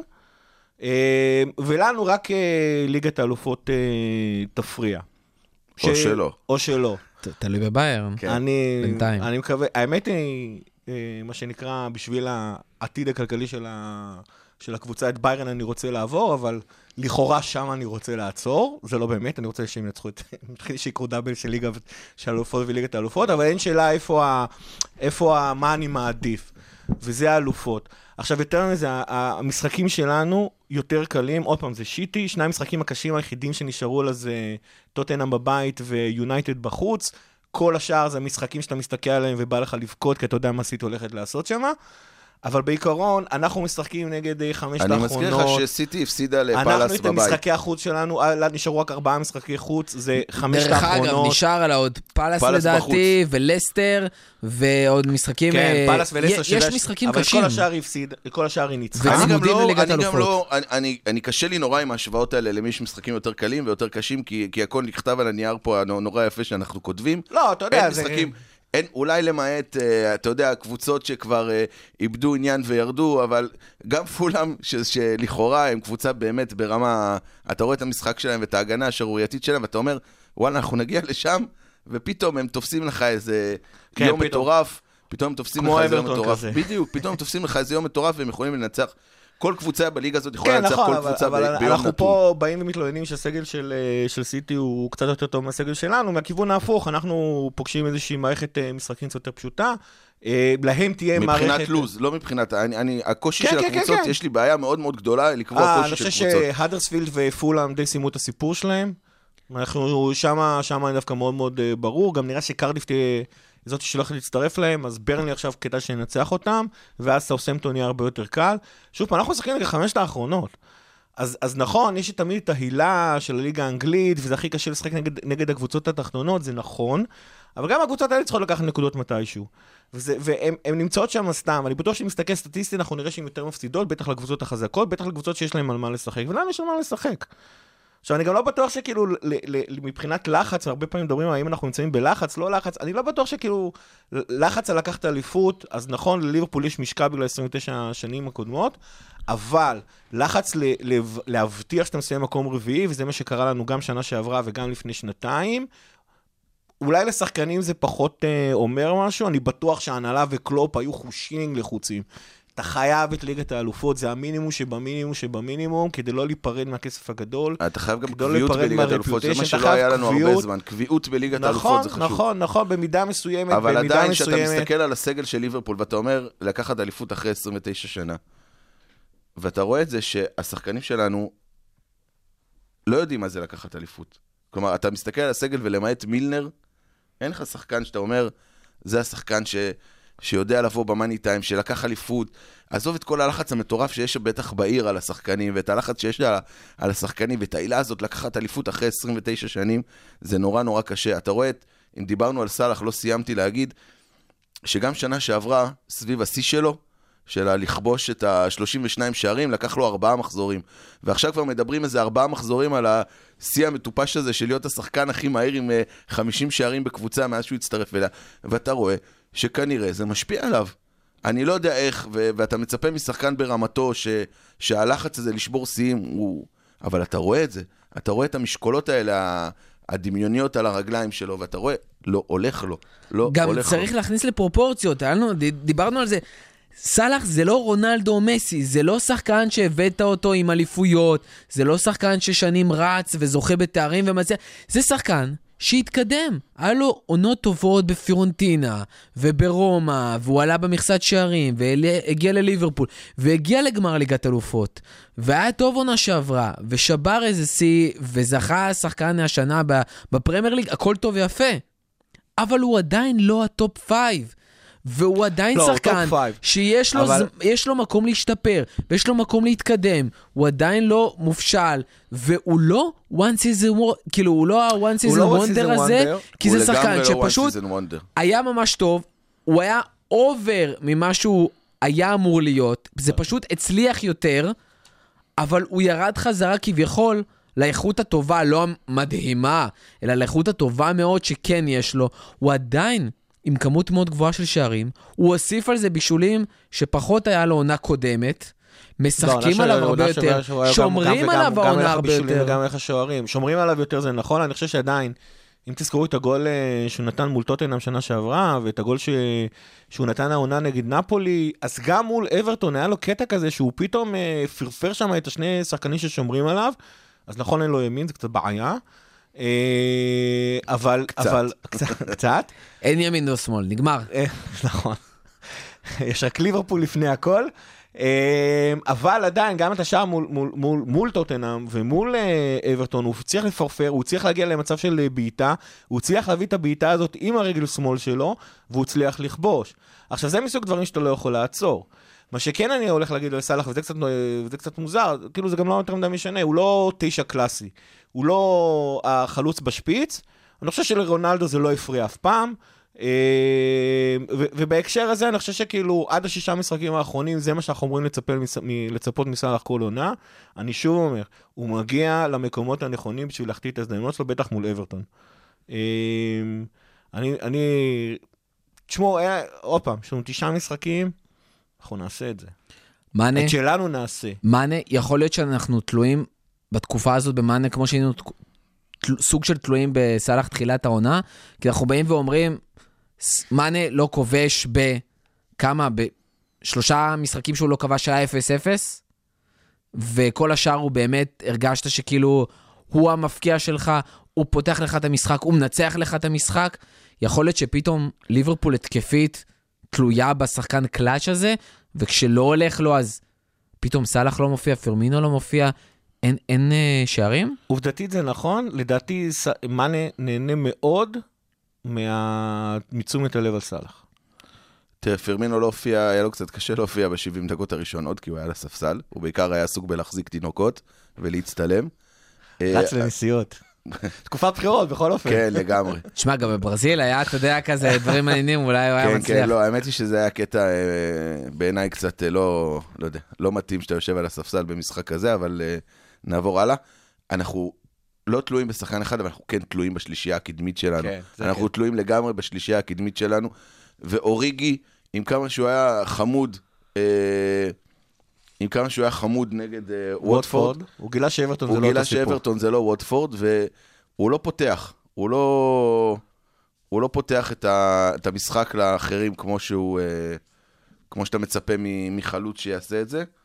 ולנו רק ליגת האלופות תפריע. או שלא. תלוי בביירן. בינתיים. אני מקווה, האמת היא, מה שנקרא, בשביל העתיד הכלכלי של הקבוצה, את ביירן אני רוצה לעבור, אבל לכאורה שם אני רוצה לעצור, זה לא באמת, אני רוצה שהם ינצחו שיקרו דאבל של ליגה של האלופות וליגת האלופות, אבל אין שאלה מה אני מעדיף, וזה האלופות. עכשיו, יותר מזה, המשחקים שלנו יותר קלים, עוד פעם, זה שיטי, 2 המשחקים הקשים היחידים שנשארו על זה, טוטנהאם בבית ויונייטד בחוץ, כל השאר זה המשחקים שאתה מסתכל עליהם ובא לך לבכות, כי אתה יודע מה סיטי הולכת לעשות שם, אבל בעיקרון, אנחנו משחקים נגד 5 האחרונות. אני מזכיר לך שסיטי הפסידה לפלס בבית. אנחנו את המשחקי החוץ שלנו, נשארו רק 4 משחקי חוץ, זה 5 האחרונות. דרך אגב, נשאר על עוד פלס לדעתי, ולסטר, ועוד משחקים... כן, פלס ולסטר יש משחקים קשים. אבל כל השאר הפסיד, כל השאר היא ניצחה. אני קשה לי נורא עם ההשוואות האלה, למי יש משחקים יותר קלים ויותר קשים, כי הכל נכתב על הנייר פה, הנורא יפה שאנחנו כותבים. לא, אתה יודע, אין, אולי למעט, אתה יודע, קבוצות שכבר איבדו עניין וירדו, אבל גם פולאם, שלכאורה הם קבוצה באמת ברמה, אתה רואה את המשחק שלהם ואת ההגנה השרורייתית שלהם, ואתה אומר, וואלה, אנחנו נגיע לשם, ופתאום הם תופסים לך איזה יום מטורף, פתאום הם תופסים לך איזה יום מטורף. בדיוק, פתאום הם תופסים לך איזה יום מטורף, והם יכולים לנצח. כל קבוצה בליגה הזאת יכולה לנצח כל קבוצה ביום נתון. אנחנו פה באים ומתלוננים שהסגל של סיטי הוא קצת יותר טוב מהסגל שלנו, מהכיוון ההפוך, אנחנו פוגשים איזושהי מערכת משחקים יותר פשוטה, להם תהיה מערכת... מבחינת לוז, לא מבחינת... הקושי של הקבוצות, יש לי בעיה מאוד מאוד גדולה לקבוע קושי של קבוצות. אני חושב שהדרספילד ופולאם די סיימו את הסיפור שלהם, אנחנו שם דווקא מאוד מאוד ברור, גם נראה שקרדיף תהיה... זאת שלא יכולה להצטרף להם, אז ברנלי עכשיו כדאי שננצח אותם, ואז סאות'המפטון יהיה הרבה יותר קל. שוב פעם, אנחנו משחקים נגד 5 האחרונות. אז נכון, יש תמיד את ההילה של הליגה האנגלית, וזה הכי קשה לשחק נגד הקבוצות התחתונות, זה נכון, אבל גם הקבוצות האלה צריכות לקחת נקודות מתישהו. והן נמצאות שם סתם, אני בטוח שאם מסתכל סטטיסטי, אנחנו נראה שהן יותר מפסידות, בטח לקבוצות החזקות, בטח לקבוצות שיש להן על מה לשחק, ולמה יש על מה לשחק? עכשיו, אני גם לא בטוח שכאילו, מבחינת לחץ, הרבה פעמים מדברים האם אנחנו נמצאים בלחץ, לא לחץ, אני לא בטוח שכאילו, לחץ על לקחת אליפות, אז נכון, לליברפול יש משקע בגלל 29 השנים הקודמות, אבל לחץ להבטיח שאתה מסיים מקום רביעי, וזה מה שקרה לנו גם שנה שעברה וגם לפני שנתיים, אולי לשחקנים זה פחות אומר משהו, אני בטוח שההנהלה וקלופ היו חושים לחוצים. אתה חייב את ליגת האלופות, זה המינימום שבמינימום שבמינימום, כדי לא להיפרד מהכסף הגדול. אתה חייב גם קביעות בליגת האלופות, זה מה שלא היה לנו הרבה זמן, קביעות בליגת האלופות זה חשוב. נכון, במידה מסוימת, אבל עדיין שאתה מסתכל על הסגל של ליברפול, ואתה אומר, לקחת אליפות אחרי 29 שנה, ואתה רואה את זה שהשחקנים שלנו לא יודעים מה זה לקחת אליפות. כלומר, אתה מסתכל על הסגל ולמעט מילנר, אין לך שחקן שאתה אומר, זה השחקן שיודע לבוא במאני טיים, שלקח אליפות, עזוב את כל הלחץ המטורף שיש בטח בעיר על השחקנים, ואת הלחץ שיש על השחקנים, ואת העילה הזאת לקחת אליפות אחרי 29 שנים, זה נורא נורא קשה. אתה רואה, אם דיברנו על סלח, לא סיימתי להגיד, שגם שנה שעברה, סביב השיא שלו, של לכבוש את ה-32 שערים, לקח לו 4 מחזורים. ועכשיו כבר מדברים איזה 4 מחזורים על השיא המטופש הזה, של להיות השחקן הכי מהיר עם 50 שערים בקבוצה, מאז שהוא הצטרף אליה. ואתה רואה שכנראה זה משפיע עליו. אני לא יודע איך, ואתה מצפה משחקן ברמתו, שהלחץ הזה לשבור שיאים, אבל אתה רואה את זה. אתה רואה את המשקולות האלה, הדמיוניות על הרגליים שלו, ואתה רואה, לא הולך לו. לא גם הולך צריך לו. להכניס לפרופורציות, דיברנו על זה. סלח זה לא רונלדו או מסי, זה לא שחקן שהבאת אותו עם אליפויות, זה לא שחקן ששנים רץ וזוכה בתארים ומצליח, זה שחקן שהתקדם. היה לו עונות טובות בפיורנטינה וברומא, והוא עלה במכסת שערים, והגיע לליברפול, והגיע לגמר ליגת אלופות, והיה טוב עונה שעברה, ושבר איזה שיא, וזכה שחקן השנה בפרמייר ליג, הכל טוב ויפה. אבל הוא עדיין לא הטופ 5. והוא עדיין שחקן שיש לו מקום להשתפר, ויש לו מקום להתקדם, הוא עדיין לא מופשל, והוא לא one season wonder, כאילו הוא לא ה-one season wonder הזה, כי זה שחקן שפשוט היה ממש טוב, הוא היה over ממה שהוא היה אמור להיות, זה פשוט הצליח יותר, אבל הוא ירד חזרה כביכול לאיכות הטובה, לא המדהימה, אלא לאיכות הטובה מאוד שכן יש לו, הוא עדיין עם כמות מאוד גבוהה של שערים, הוא הוסיף על זה בישולים שפחות היה לו עונה קודמת, משחקים עליו הרבה יותר, שומרים עליו העונה הרבה יותר. גם איך השוערים, שומרים עליו יותר זה נכון, אני חושב שעדיין, אם תזכרו את הגול שהוא נתן מול טוטנהאם שנה שעברה, ואת הגול שהוא נתן העונה נגד נפולי, אז גם מול אברטון היה לו קטע כזה, שהוא פתאום פרפר שם את השני שחקנים ששומרים עליו, אז נכון אין לו ימין, זה קצת בעיה, אבל קצת אין ימין או שמאל, נגמר. נכון. יש רק ליברפול לפני הכל, אבל עדיין גם את השער מול טוטנהאם ומול אברטון, הוא צריך לפרפר, הוא צריך להגיע למצב של בעיטה, הוא צריך להביא את הבעיטה הזאת עם הרגל שמאל שלו, והוא צריך לכבוש. עכשיו זה מסוג דברים שאתה לא יכול לעצור. מה שכן אני הולך להגיד לסלח, וזה קצת מוזר, כאילו זה גם לא יותר מדי משנה, הוא לא 9 קלאסי, הוא לא החלוץ בשפיץ, אני חושב שלרונלדו זה לא הפריע אף פעם, ובהקשר הזה אני חושב שכאילו עד 6 משחקים האחרונים, זה מה שאנחנו אומרים לצפות מסלח כל עונה, אני שוב אומר, הוא מגיע למקומות הנכונים בשביל להחטיא את ההזדמנות שלו, בטח מול אברטון. תשמעו, עוד פעם, יש לנו 9 משחקים, אנחנו נעשה את זה. מאנה, את שלנו נעשה. מאנה, יכול להיות שאנחנו תלויים בתקופה הזאת במאנה, כמו שהיינו סוג של תלויים בסלח תחילת העונה, כי אנחנו באים ואומרים, מאנה לא כובש בכמה, בשלושה משחקים שהוא לא כבש היה 0-0, וכל השאר הוא באמת, הרגשת שכאילו הוא המפקיע שלך, הוא פותח לך את המשחק, הוא מנצח לך את המשחק, יכול להיות שפתאום ליברפול התקפית תלויה בשחקן קלאץ' הזה, וכשלא הולך לו אז פתאום סלח לא מופיע, פרמינו לא מופיע, אין שערים? עובדתית זה נכון, לדעתי מאנה נהנה מאוד מתשומת הלב על סלח. תראה, פרמינו לא הופיע, היה לו קצת קשה להופיע ב-70 דקות הראשונות, כי הוא היה לספסל, הוא בעיקר היה עסוק בלהחזיק תינוקות ולהצטלם. רץ לנסיעות. תקופת בחירות, בכל אופן. כן, לגמרי. תשמע, גם בברזיל היה, אתה יודע, כזה דברים מעניינים, אולי הוא היה כן, מצליח. כן, לא, האמת היא שזה היה קטע בעיניי קצת לא יודע, לא מתאים שאתה יושב על הספסל במשחק כזה, אבל נעבור הלאה. אנחנו לא תלויים בשחקן אחד, אבל אנחנו כן תלויים בשלישייה הקדמית שלנו. אנחנו תלויים לגמרי בשלישייה הקדמית שלנו, ואוריגי, עם כמה שהוא היה חמוד, נגד ווטפורד, הוא גילה שאברטון זה לא אותו סיפור. הוא גילה שאברטון זה לא ווטפורד, והוא לא פותח. הוא לא פותח את המשחק לאחרים כמו שאתה מצפה מחלוץ שיעשה את זה.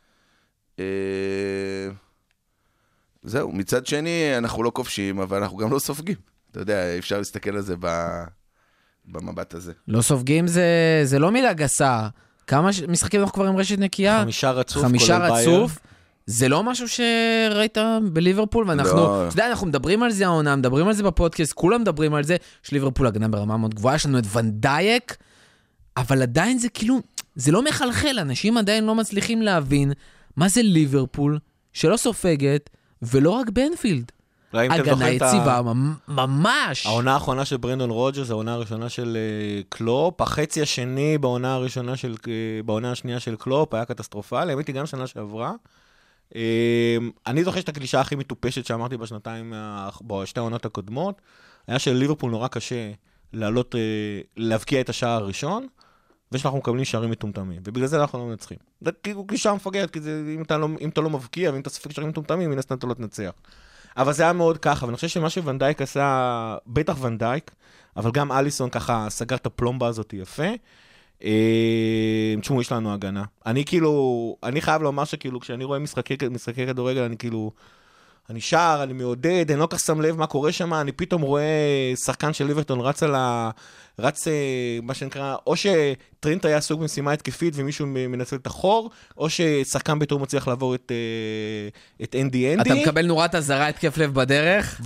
זהו, מצד שני אנחנו לא כובשים, אבל אנחנו גם לא סופגים. אתה יודע, אפשר להסתכל על זה במבט הזה. לא סופגים זה לא מילה גסה. כמה משחקים אנחנו כבר עם רשת נקייה? 5 רצוף, כולל רצוף. זה לא משהו שראית בליברפול, ואנחנו, אתה יודע, אנחנו מדברים על זה העונה, מדברים על זה בפודקאסט, כולם מדברים על זה, שליברפול הגנה ברמה מאוד גבוהה, יש לנו את ונדייק, אבל עדיין זה כאילו, זה לא מחלחל, אנשים עדיין לא מצליחים להבין מה זה ליברפול, שלא סופגת, ולא רק בנפילד. הגנה יציבה, ממש. העונה האחרונה של ברנדון רוג'רס, העונה הראשונה של קלופ, החצי השני בעונה השנייה של קלופ, היה קטסטרופלי, האמת היא גם שנה שעברה. אני זוכר שאת הקלישה הכי מטופשת שאמרתי בשתי העונות הקודמות, היה של ליברפול נורא קשה להבקיע את השער הראשון, ושאנחנו מקבלים שערים מטומטמים, ובגלל זה אנחנו לא מנצחים. זה כאילו קלישה מפגרת, כי אם אתה לא מבקיע, ואם אתה ספק שערים מטומטמים, מן הסתם אתה לא תנצח. אבל זה היה מאוד ככה, ואני חושב שמה שוונדייק עשה, בטח וונדייק, אבל גם אליסון ככה סגר את הפלומבה הזאת יפה. תשמעו, יש לנו הגנה. אני חייב לומר שכאילו, כשאני רואה משחקי כדורגל, אני שר, אני מעודד, אני לא כך שם לב מה קורה שם, אני פתאום רואה שחקן של ליברטון רץ מה שנקרא, או שטרנט היה סוג משימה התקפית ומישהו מנצל את החור, או ששחקן ביתו מצליח לעבור את אנדי. אתה מקבל נורת הזרה התקף לב בדרך?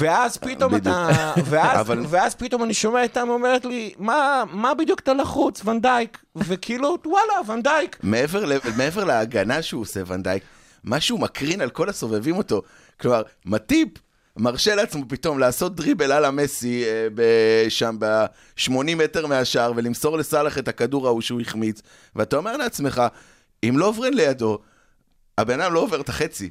ואז פתאום אני שומע איתם ואומרת לי, מה בדיוק אתה לחוץ, ונדייק? וכאילו, וואלה, ונדייק. מעבר להגנה שהוא עושה ונדייק, משהו מקרין על כל הסובבים אותו. כלומר, מטיפ מרשה לעצמו פתאום לעשות דריבל על המסי שם ב-80 מטר מהשאר, ולמסור לסלח את הכדור ההוא שהוא החמיץ, ואתה אומר לעצמך, אם לא עוברים לידו, הבן אדם לא עובר את החצי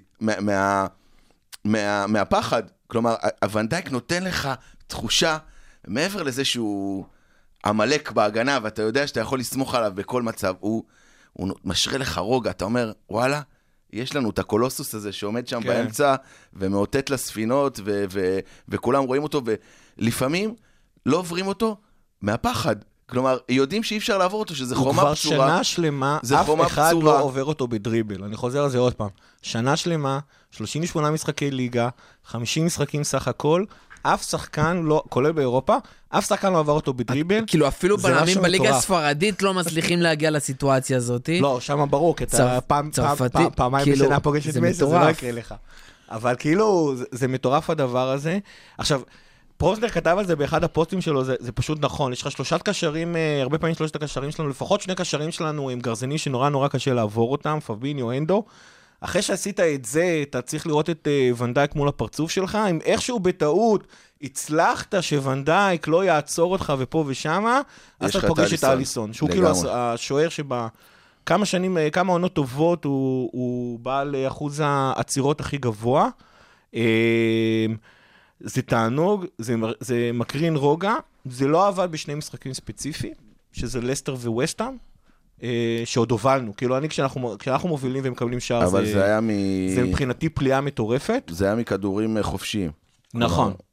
מהפחד. כלומר, הוונדייק נותן לך תחושה, מעבר לזה שהוא המלך בהגנה, ואתה יודע שאתה יכול לסמוך עליו בכל מצב, הוא משרה לך רוגע, אתה אומר, וואלה, יש לנו את הקולוסוס הזה שעומד שם באמצע, ומאותת לספינות, וכולם רואים אותו, ולפעמים לא עוברים אותו מהפחד. כלומר, יודעים שאי אפשר לעבור אותו, שזה חומה פצורה. הוא כבר שנה שלמה, אף אחד לא עובר אותו בדריבל. אני חוזר על זה עוד פעם. שנה שלמה, 38 משחקי ליגה, 50 משחקים סך הכל, אף שחקן לא, כולל באירופה, אף שחקן לא עבר אותו בדריבל. כאילו אפילו בלמים בליגה הספרדית לא מצליחים להגיע לסיטואציה הזאת. לא, שם ברור, כי אתה פעמיים בשנה פוגש את מסי, זה לא יקרה לך. אבל כאילו, זה מטורף הדבר הזה. עכשיו, פרוסנר כתב על זה באחד הפוסטים שלו, זה פשוט נכון. יש לך 3 קשרים, הרבה פעמים 3 הקשרים שלנו, לפחות 2 קשרים שלנו עם גרזני שנורא נורא קשה לעבור אותם, פביניו, אנדו. אחרי שעשית את זה, אתה צריך לראות את ונדייק מול הפרצוף שלך, אם איכשהו בטעות הצלחת שוונדייק לא יעצור אותך ופה ושמה, אז אתה פוגש את אליסון, שהוא כאילו השוער כמה שנים, כמה עונות טובות, הוא בעל אחוז העצירות הכי גבוה. זה תענוג, זה מקרין רוגע, זה לא עבד בשני משחקים ספציפיים, שזה לסטר וווסטהאם, שעוד הובלנו. כאילו אני כשאנחנו מובילים ומקבלים שער, זה מבחינתי פליאה מטורפת. זה היה מכדורים חופשיים. נכון.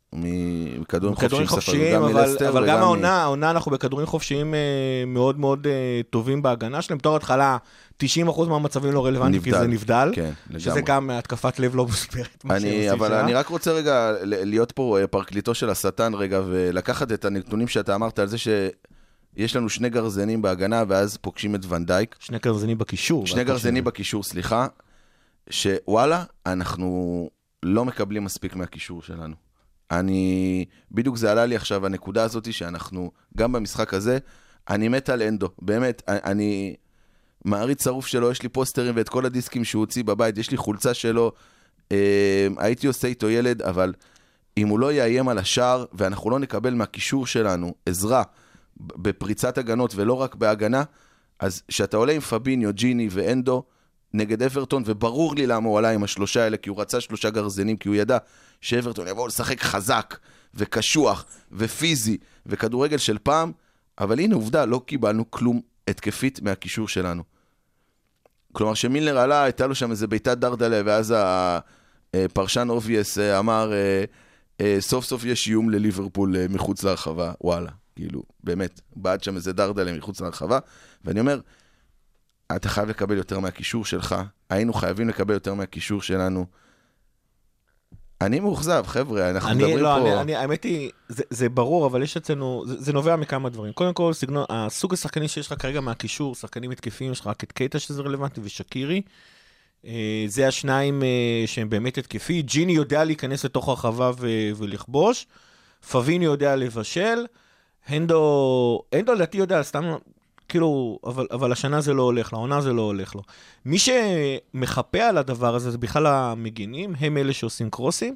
מכדורים חופשיים, אבל גם העונה אנחנו בכדורים חופשיים מאוד מאוד טובים בהגנה שלהם. בתור התחלה, 90% מהמצבים לא רלוונטיים, כי זה נבדל, שזה גם התקפת לב לא מוסברת. אבל אני רק רוצה רגע להיות פה פרקליטו של השטן רגע, ולקחת את הנתונים שאתה אמרת על זה שיש לנו 2 גרזנים בהגנה, ואז פוגשים את ונדייק. 2 גרזנים בקישור. 2 גרזנים בקישור, סליחה, שוואלה, אנחנו לא מקבלים מספיק מהקישור שלנו. בדיוק זה עלה לי עכשיו, הנקודה הזאת שאנחנו, גם במשחק הזה, אני מת על אנדו, באמת, אני מעריץ צרוף שלו, יש לי פוסטרים ואת כל הדיסקים שהוא הוציא בבית, יש לי חולצה שלו, הייתי עושה איתו ילד, אבל אם הוא לא יאיים על השער, ואנחנו לא נקבל מהקישור שלנו עזרה בפריצת הגנות ולא רק בהגנה, אז שאתה עולה עם פביניו, ג'יני ואנדו נגד אברטון, וברור לי למה הוא עלה עם השלושה האלה, כי הוא רצה 3 גרזנים, כי הוא ידע שאברטון יבוא לשחק חזק וקשוח ופיזי וכדורגל של פעם, אבל הנה עובדה, לא קיבלנו כלום התקפית מהקישור שלנו. כלומר שמילנר עלה, הייתה לו שם איזה ביתת דרדלה, ואז הפרשן אובייס אמר, סוף סוף יש איום לליברפול מחוץ להרחבה, וואלה, כאילו, באמת, בעד שם איזה דרדלה מחוץ להרחבה, ואני אומר, אתה חייב לקבל יותר מהקישור שלך, היינו חייבים לקבל יותר מהקישור שלנו, אני מאוכזב, חבר'ה, אנחנו מדברים פה... האמת היא, זה ברור, אבל יש אצלנו, זה נובע מכמה דברים. קודם כל, הסוג השחקנים שיש לך כרגע מהקישור, שחקנים התקפיים, יש לך רק את קייטה שזה רלוונטי, ושקירי. זה השניים שהם באמת התקפי. ג'יני יודע להיכנס לתוך הרחבה ולכבוש. פביני יודע לבשל. הנדו לדעתי יודע, סתם... כאילו, אבל השנה זה לא הולך לו, העונה זה לא הולך לו. מי שמחפה על הדבר הזה, זה בכלל המגינים, הם אלה שעושים קרוסים,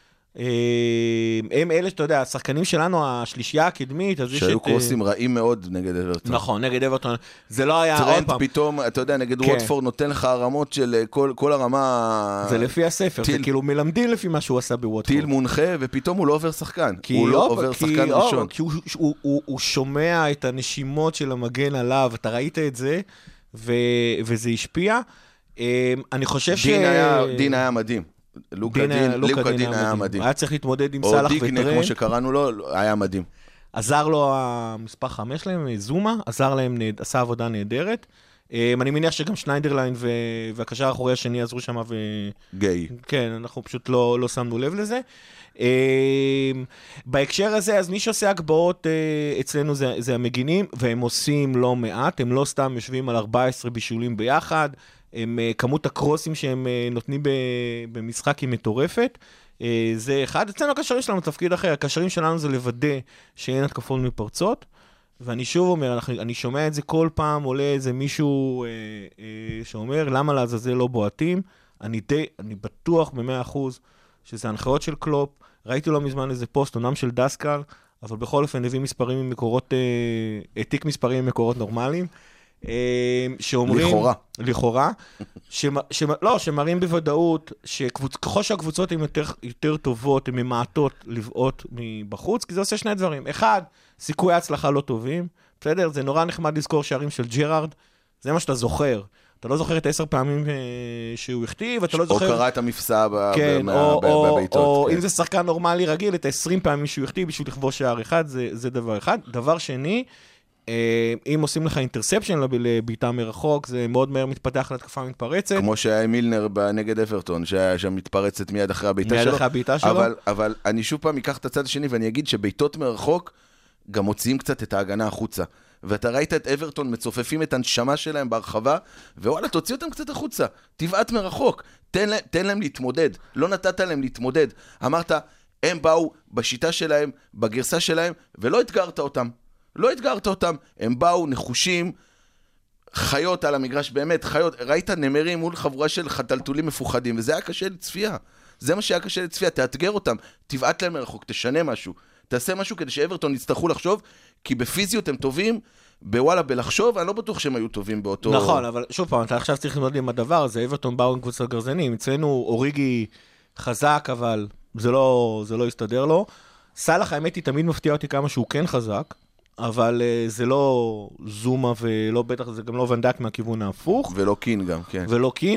הם אלה שאתה יודע, השחקנים שלנו, השלישייה הקדמית, שהיו קרוסים רעים מאוד נגד אברטון. נכון, נגד אברטון, זה לא היה... טרנט פתאום, אתה יודע, נגד ווטפורד נותן לך הרמות של כל הרמה... זה לפי הספר, זה כאילו מלמדים לפי מה שהוא עשה בווטפורד. טיל מונחה, ופתאום הוא לא עובר שחקן. הוא לא עובר שחקן ראשון. כי הוא שומע את הנשימות של המגן עליו, אתה ראית את זה, וזה השפיע. אני חושב דין היה מדהים. לוקה דין היה מדהים. היה צריך להתמודד עם סלח וטרנט. או דיקנה, כמו שקראנו לו, היה מדהים. עזר לו המספר 5 שלהם, זומה, עזר להם, עשה עבודה נהדרת. אני מניח שגם שניידרליין והקשר האחורי השני עזרו שם גיי. כן, אנחנו פשוט לא שמנו לב לזה. בהקשר הזה, אז מי שעושה הגבעות אצלנו זה המגינים, והם עושים לא מעט, הם לא סתם יושבים על 14 בישולים ביחד, כמות הקרוסים שהם נותנים במשחק היא מטורפת, זה אחד. אצלנו הקשרים שלנו תפקיד אחר, הקשרים שלנו זה לוודא שאין התקפות מפרצות, ואני שוב אומר, אני שומע את זה כל פעם, עולה איזה מישהו שאומר, למה לעזאזל לא בועטים? אני בטוח ב100% שזה הנחיות של קלופ, ראיתי לו מזמן איזה פוסט, עונם של דסקל, אבל בכל אופן הביא מספרים ממקורות, העתיק מספרים ממקורות נורמליים, שאומרים... לכאורה. לא, שמראים בוודאות, שככל שהקבוצות הן יותר טובות, הן ממעטות לבעוט מבחוץ, כי זה עושה 2 דברים. אחד, סיכוי ההצלחה לא טובים, בסדר? זה נורא נחמד לזכור שערים של ג'רארד, זה מה שאתה זוכר. אתה לא זוכר את 10 פעמים שהוא הכתיב, אתה לא זוכר... או קרא את המפסע בביתות. או אם זה שחקן נורמלי רגיל, את 20 פעמים שהוא הכתיב בשביל לכבוש שער אחד, זה דבר אחד. דבר שני, אם עושים לך אינטרספשן לביתה מרחוק, זה מאוד מהר מתפתח להתקפה מתפרצת. כמו שהיה מילנר נגד אברטון, שהיה שם מתפרצת מיד אחרי הביתה שלו. אבל אני שוב פעם אקח את הצד השני, ואני אגיד שביתות מרחוק גם מוציאים קצת את ההגנה החוצה. ואתה ראית את אברטון מצופפים את הנשמה שלהם ברחבה, ווואלה, תוציא אותם קצת החוצה. תבעט מרחוק. תן להם להתמודד. לא נתת להם להתמודד. אמרת, הם באו בשיטה שלהם, בגרסה שלהם, ולא התגרת אותם. לא התגרת אותם, הם באו נחושים, חיות על המגרש, באמת, חיות, ראית נמרים מול חבורה של חתלתולים מפוחדים, וזה היה קשה לצפייה, זה מה שהיה קשה לצפייה, תאתגר אותם, תבעט להם מרחוק, תשנה משהו, תעשה משהו כדי שאברטון יצטרכו לחשוב, כי בפיזיות הם טובים, בוואלה בלחשוב, אני לא בטוח שהם היו טובים באותו... נכון, אבל שוב פעם, אתה עכשיו צריך ללמוד עם הדבר הזה, אברטון באו עם קבוצת גרזנים, אצלנו אוריגי חזק, אבל זה לא יסתדר לו, סלח האמת היא תמיד מפתיע אותי כמה שהוא כן חזק, אבל זה לא זומה ולא בטח, זה גם לא ונדק מהכיוון ההפוך. ולא קין גם, כן. ולא קין,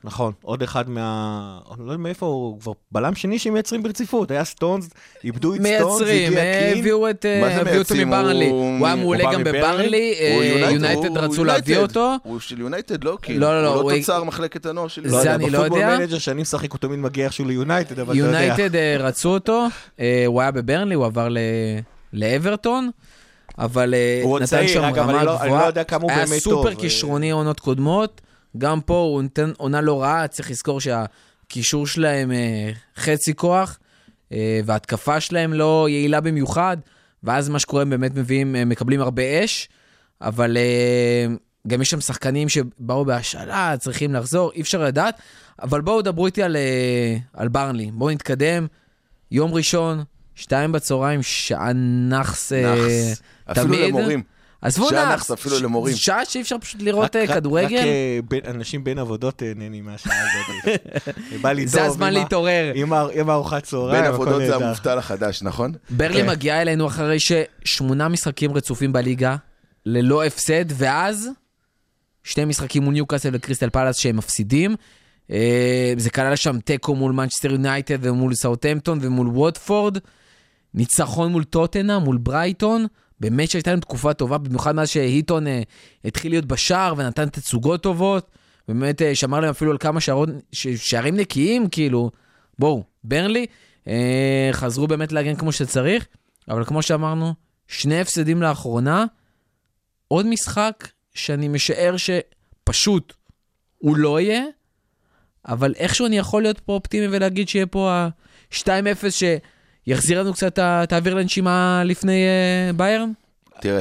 נכון, עוד אחד אני לא יודע מאיפה, הוא כבר בלם שני שמייצרים ברציפות, היה סטונס, איבדו את סטונס, מייצרים, הביאו אותו מברנלי. הוא היה מעולה גם בברנלי, יונייטד רצו להביא אותו. הוא של יונייטד, לא? לא, הוא לא תוצר מחלקת הנוער של יונייטד. זה אני לא יודע. בפוטבול מנג'ר שאני משחק, הוא תמיד מגיע איכשהו ליונייטד, אבל אתה יודע. יונייטד רצו אותו, הוא היה בברנלי, הוא עבר לאברטון. אבל נתן שם רמה גבוהה, היה סופר כישרוני עונות קודמות, גם פה הוא נותן עונה לא רעה, צריך לזכור שהקישור שלהם חצי כוח, וההתקפה שלהם לא יעילה במיוחד, ואז מה שקורה באמת מקבלים הרבה אש, אבל גם יש שם שחקנים שבאו בהשאלה, צריכים לחזור, אי אפשר לדעת, אבל בואו דברו איתי על ברנלי, בואו נתקדם, יום ראשון, 2 בצהריים, שעה נחס אפילו למורים. עזבו נחס, אפילו למורים. שעה שאי אפשר פשוט לראות כדורגל. רק אנשים בין עבודות נהנים מהשעה הזאת. זה הזמן להתעורר. עם ארוחת צהריים. בין עבודות זה המובטל החדש, נכון? ברלי מגיעה אלינו אחרי ש8 משחקים רצופים בליגה, ללא הפסד, ואז 2 משחקים מול ניוקאסל וקריסטל פלאס שהם מפסידים. זה כלל שם טקו מול מנצ'סטר יונייטד ומול סאות'המפטון ומול ווטפורד, ניצחון מול טוטנהאם, מול ברייטון, באמת שהייתה לנו תקופה טובה, במיוחד מאז שהיטון התחיל להיות בשער ונתן תצוגות טובות, באמת שמר להם אפילו על כמה שערים נקיים, כאילו, בואו, ברנלי, חזרו באמת להגן כמו שצריך, אבל כמו שאמרנו, 2 הפסדים לאחרונה, עוד משחק שאני משער שפשוט הוא לא יהיה, אבל איכשהו אני יכול להיות פה אופטימי ולהגיד שיהיה פה ה-2-0 שיחזיר לנו קצת את האוויר לנשימה לפני ביירן? תראה,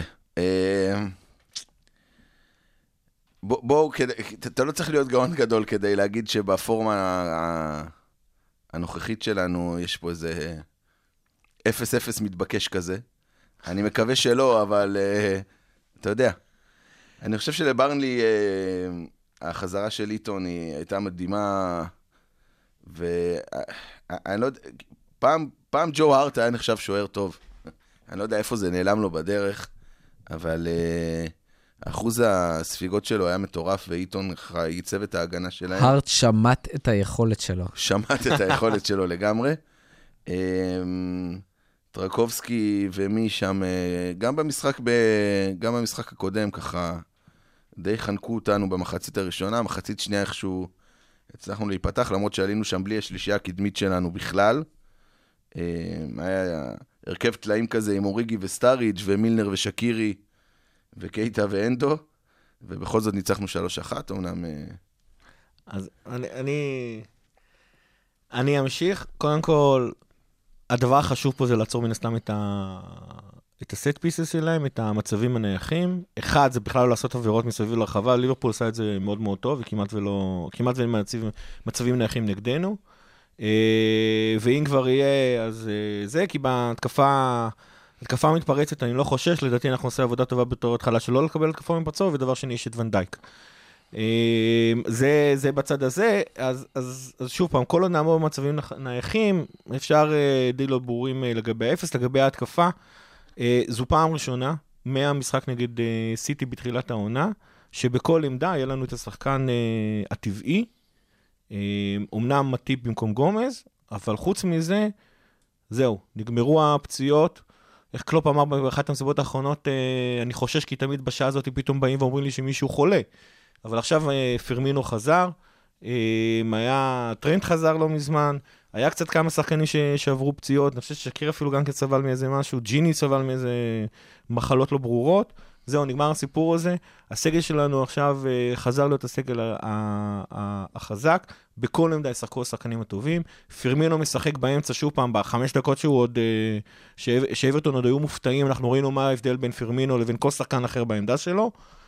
בואו, אתה לא צריך להיות גאון גדול כדי להגיד שבפורמה הנוכחית שלנו יש פה איזה 0-0 מתבקש כזה. אני מקווה שלא, אבל אתה יודע. אני חושב שלברנלי החזרה של איתון היא הייתה מדהימה, ואני לא יודע, פעם ג'ו הארט היה נחשב שוער טוב. אני לא יודע איפה זה נעלם לו בדרך, אבל אחוז הספיגות שלו היה מטורף, ואיתון ייצב את ההגנה שלהם. הארט שמט את היכולת שלו. שמט את היכולת שלו לגמרי. טרקובסקי ומי שם, גם במשחק הקודם ככה, די חנקו אותנו במחצית הראשונה, מחצית שנייה איכשהו הצלחנו להיפתח, למרות שעלינו שם בלי השלישייה הקדמית שלנו בכלל. היה הרכב תלאים כזה עם אוריגי וסטאריג' ומילנר ושקירי וקייטה ואנדו, ובכל זאת ניצחנו 3-1, אומנם... אז אני אמשיך. קודם כל, הדבר החשוב פה זה לעצור מן הסתם את הסט פיסס שלהם, את המצבים הנייחים. אחד, זה בכלל לא לעשות עבירות מסביב לרחבה, ליברפול עושה את זה מאוד מאוד טוב, וכמעט ואין מצבים נייחים נגדנו. ואם כבר יהיה, אז זה, כי בהתקפה המתפרצת, אני לא חושש, לדעתי אנחנו עושה עבודה טובה בתור התחלה שלא לקבל התקפה מפרצות, ודבר שני יש את ונדייק. זה בצד הזה, אז שוב פעם, כל עוד נעמוד במצבים נייחים, אפשר די לא ברורים לגבי האפס, לגבי ההתקפה. זו פעם ראשונה, מהמשחק נגד סיטי בתחילת העונה, שבכל עמדה היה לנו את השחקן הטבעי, אומנם מטיפ במקום גומז, אבל חוץ מזה, זהו, נגמרו הפציעות. איך קלופ אמר באחת המסיבות האחרונות, אני חושש כי תמיד בשעה הזאת פתאום באים ואומרים לי שמישהו חולה. אבל עכשיו פרמינו חזר, היה טרנד חזר לא מזמן, היה קצת כמה שחקנים שעברו פציעות, אני חושב ששקיר אפילו גם כסבל מאיזה משהו, ג'יני סבל מאיזה מחלות לא ברורות, זהו, נגמר הסיפור הזה, הסגל שלנו עכשיו חזר להיות הסגל החזק, בכל עמדה ישחקו השחקנים הטובים, פרמינו משחק באמצע שוב פעם, ב5 דקות שהוא עוד, שאברטון עוד היו מופתעים, אנחנו ראינו מה ההבדל בין פרמינו לבין כל שחקן אחר בעמדה שלו,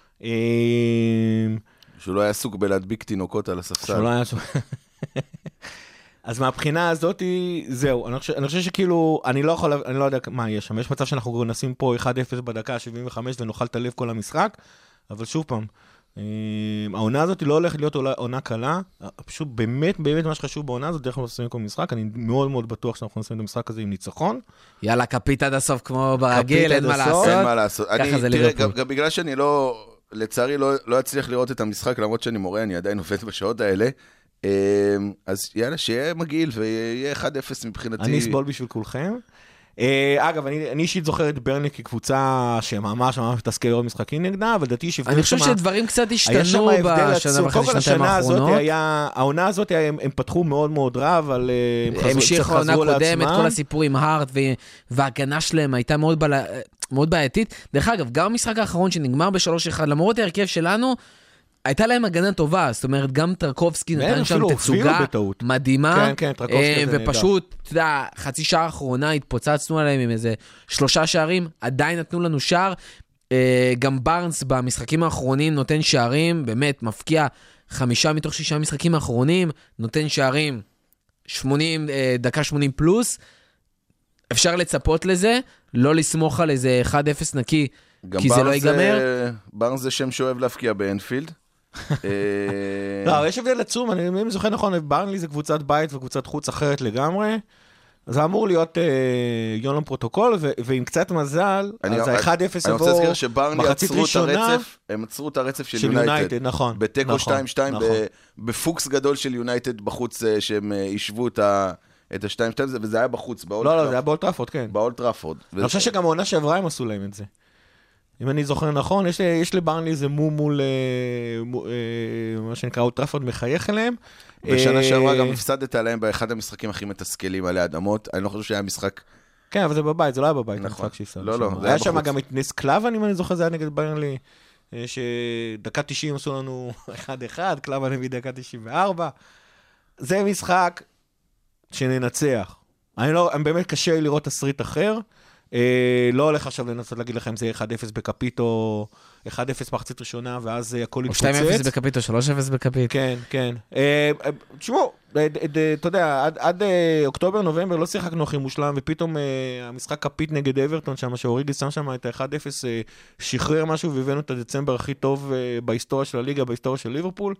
שהוא לא היה עסוק בלהדביק תינוקות על הספסל. שהוא לא היה עסוק. אז מהבחינה הזאת, זהו, אני חושב שכאילו, אני לא יודע מה יש שם, יש מצב שאנחנו נשים פה 1-0 בדקה 75 ונאכל את הלב כל המשחק, אבל שוב פעם, העונה הזאת לא הולכת להיות עונה קלה, פשוט באמת מה שחשוב בעונה הזאת, דרך אנחנו נשים כל משחק, אני מאוד מאוד בטוח שאנחנו נשים את המשחק הזה עם ניצחון. יאללה, קפית עד הסוף כמו ברגיל, אין מה לעשות. אין מה לעשות. תראה, גם בגלל שאני לא, לצערי לא אצליח לראות את המשחק, למרות שאני מורה, אני עדיין עובד בשעות האלה, אז יאללה, שיהיה מגעיל ויהיה 1-0 מבחינתי. אני אסבול בשביל כולכם. אגב, אני אישית זוכר את ברני כקבוצה שממש ממש מתסכל לראות משחקים נגדה, אבל דעתי אני חושב שדברים קצת השתנו בשנה וחצי, שנתיים האחרונות. העונה הזאת הם פתחו מאוד מאוד רע, אבל הם המשיכו העונה קודמת, כל הסיפור עם הארט, וההגנה שלהם הייתה מאוד בעייתית. דרך אגב, גם המשחק האחרון שנגמר ב-3-1, למרות ההרכב שלנו, הייתה להם הגנה טובה, זאת אומרת, גם טרקובסקי נתן שם תצוגה מדהימה, ופשוט, אתה יודע, חצי שעה האחרונה התפוצצנו עליהם עם איזה 3 שערים, עדיין נתנו לנו שער, גם ברנס במשחקים האחרונים נותן שערים, באמת מפקיע 5 מתוך 6 משחקים האחרונים, נותן שערים 80, דקה 80 פלוס, אפשר לצפות לזה, לא לסמוך על איזה 1-0 נקי, כי זה לא ייגמר. ברנס זה שם שאוהב להפקיע באנפילד. לא, יש הבדל עצום, אני זוכר נכון, ברנלי זה קבוצת בית וקבוצת חוץ אחרת לגמרי, זה אמור להיות יונם פרוטוקול, ועם קצת מזל, אז ה-1-0 יבוא מחצית ראשונה. הם עצרו את הרצף של יונייטד. נכון. בטקו 2-2, בפוקס גדול של יונייטד בחוץ, שהם ישבו את ה-2-2, וזה היה בחוץ, באולט טראפורד. לא, זה היה באולט טראפורד, כן. באולט טראפורד. אני חושב שגם העונה שעברה הם עשו להם את זה. אם אני זוכר נכון, יש לברנלי איזה מול, מה שנקרא, אולט טראפורד מחייך אליהם. בשנה שעברה גם הפסדת עליהם באחד המשחקים הכי מתסכלים עלי אדמות. אני לא חושב שהיה משחק... כן, אבל זה בבית, זה לא היה בבית. נכון. לא, היה שם גם את נס קלאבן, אם אני זוכר, זה היה נגד ברנלי, שדקה 90 עשו לנו 1-1, קלאבן הביא דקה 94. זה משחק שננצח. אני באמת קשה לראות תסריט אחר. לא הולך עכשיו לנסות להגיד לכם, זה 1-0 בקפיטו, 1-0 מחצית ראשונה, ואז הכל יתפוצץ. או 2-0 בקפיטו, 3-0 בקפיטו. כן, כן. תשמעו, אתה יודע, עד אוקטובר, נובמבר לא שיחקנו הכי מושלם, ופתאום המשחק קפיט נגד אברטון, שם שאוריגי שם שם את ה-1-0, שחרר משהו, והבאנו את הדצמבר הכי טוב בהיסטוריה של הליגה, בהיסטוריה של ליברפול.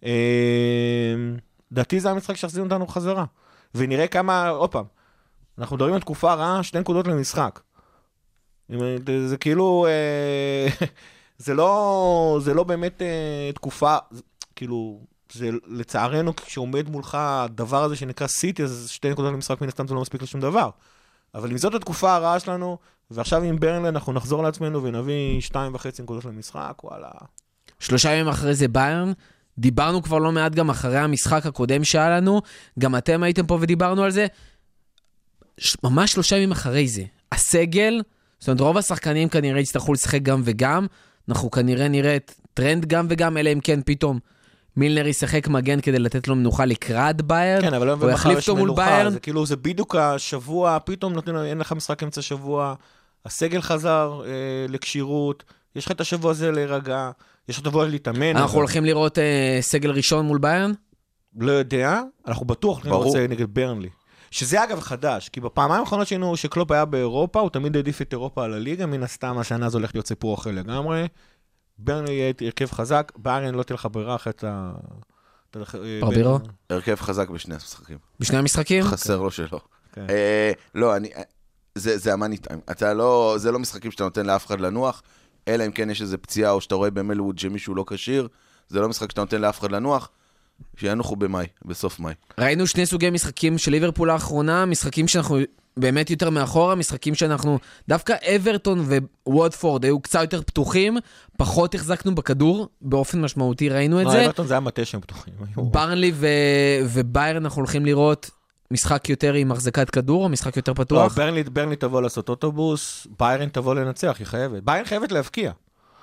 דעתי זה המשחק שהחזינו אותנו חזרה. ונראה כמה, עוד פעם, אנחנו מדברים על תקופה רעה, 2 נקודות למשחק. זה כאילו, זה לא באמת תקופה, כאילו, זה לצערנו, כשעומד מולך הדבר הזה שנקרא סיטי, אז 2 נקודות למשחק מן הסתם זה לא מספיק לשום דבר. אבל אם זאת התקופה הרעה שלנו, ועכשיו עם ברנלי אנחנו נחזור לעצמנו ונביא 2.5 נקודות למשחק, וואלה. 3 ימים אחרי זה ביירן, דיברנו כבר לא מעט גם אחרי המשחק הקודם שהיה לנו, גם אתם הייתם פה ודיברנו על זה, ממש 3 ימים אחרי זה. הסגל, זאת אומרת, רוב השחקנים כנראה יצטרכו לשחק גם וגם, אנחנו כנראה נראה טרנד גם וגם, אלא אם כן פתאום מילנר ישחק מגן כדי לתת לו מנוחה לקראת ביירן, כן, אבל הוא יחליף אותו מול ביירן. זה כאילו, זה בדיוק השבוע, פתאום נותנים, אין לך משחק אמצע שבוע, הסגל חזר לקשירות, יש לך את השבוע הזה להירגע, יש לך שבוע להתאמן. אנחנו הולכים לראות סגל ראשון מול ביירן? לא יודע, אנחנו בטוח הולכים לראות נגד ברנלי. שזה אגב חדש, כי בפעמיים האחרונות שלנו שקלופ היה באירופה, הוא תמיד העדיף את אירופה על הליגה, מן הסתם השנה הזו הולך להיות סיפור אחר לגמרי. ברנלי יהיה הרכב חזק, ביירן לא תלך ברירה אחת ברבירו? הרכב חזק בשני המשחקים. בשני המשחקים? חסר לו שלא. לא, זה המאני טיים. זה לא משחקים שאתה נותן לאף אחד לנוח, אלא אם כן יש איזו פציעה, או שאתה רואה במלווד שמישהו לא קשיר, זה לא משחק שאתה נותן לאף אחד לנוח, שינוחו במאי, בסוף מאי. ראינו 2 סוגי משחקים של ליברפול האחרונה, משחקים שאנחנו באמת יותר מאחורה, משחקים שאנחנו, דווקא אברטון וווטפורד היו קצת יותר פתוחים, פחות החזקנו בכדור, באופן משמעותי ראינו את זה. אברטון זה היה מטה שהם פתוחים. ברנלי וביירן אנחנו הולכים לראות משחק יותר עם החזקת כדור, או משחק יותר פתוח? ברנלי תבוא לעשות אוטובוס, ביירן תבוא לנצח, היא חייבת. ביירן חייבת להפקיע.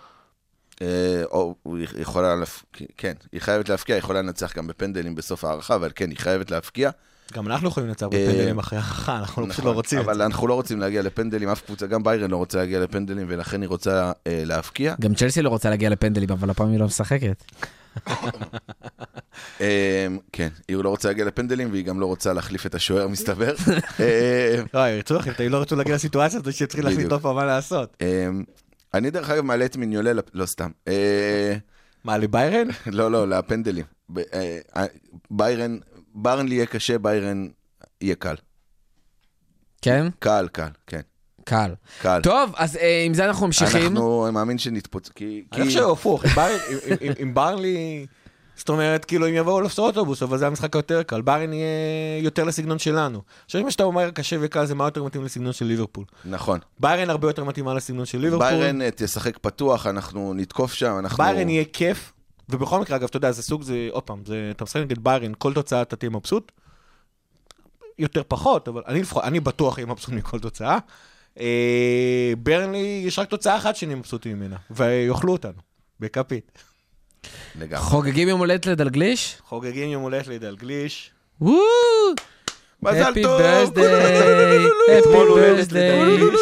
כן, היא חייבת להפקיע, היא יכולה לנצח גם בפנדלים בסוף הערכה, אבל כן, היא חייבת להפקיע. גם אנחנו יכולים לנצח בפנדלים אחרי הערכה, אנחנו פשוט לא רוצים. אבל אנחנו לא רוצים להגיע לפנדלים, אף קבוצה, גם ביירן לא רוצה להגיע לפנדלים, ולכן היא רוצה להפקיע. גם צ'לסי לא רוצה להגיע לפנדלים, אבל הפעם היא לא משחקת. כן, היא לא רוצה להגיע לפנדלים, והיא גם לא רוצה להחליף את השוער, מסתבר. לא, ירצו לכם, הם לא רצו להגיע לסיטואציה, אז שיתחיל להחליט טוב מה לעשות. אני דרך אגב מעלה את מיניולה, לא סתם. מה, לביירן? לא, לפנדלים. ברנלי יהיה קשה, ביירן יהיה קל. כן? קל, כן. קל. טוב, אז עם זה אנחנו ממשיכים. אנחנו מאמין שנתפוצץ. אני חושב הפוך, עם ברנלי, זאת אומרת, כאילו, אם יבואו לפסור אוטובוס, אבל זה המשחק היותר קל. ביירן יהיה יותר לסגנון שלנו. עכשיו, אם שאתה אומר קשה וקל, זה מה יותר מתאים לסגנון של ליברפול. נכון. ביירן הרבה יותר מתאימה לסגנון של ליברפול. ביירן תשחק פתוח, אנחנו נתקוף שם, ביירן יהיה כיף, ובכל מקרה, אגב, אתה יודע, זה סוג, זה, עוד פעם, אתה משחק נגד ביירן, כל תוצאה אתה תהיה מבסוט. יותר פחות, אבל אני בטוח יהיה מבסוט מכל תוצאה. ברנלי, יש רק תוצאה אחת שאני מבסוטים ממנה, ויאכלו אותנו, בכפית. לגמרי. חוגגים יום הולדת לדלגליש? חוגגים יום הולדת לדלגליש. וואו! מזל Happy טוב! birthday! Happy אתמול הולדת birthday! לדלגליש.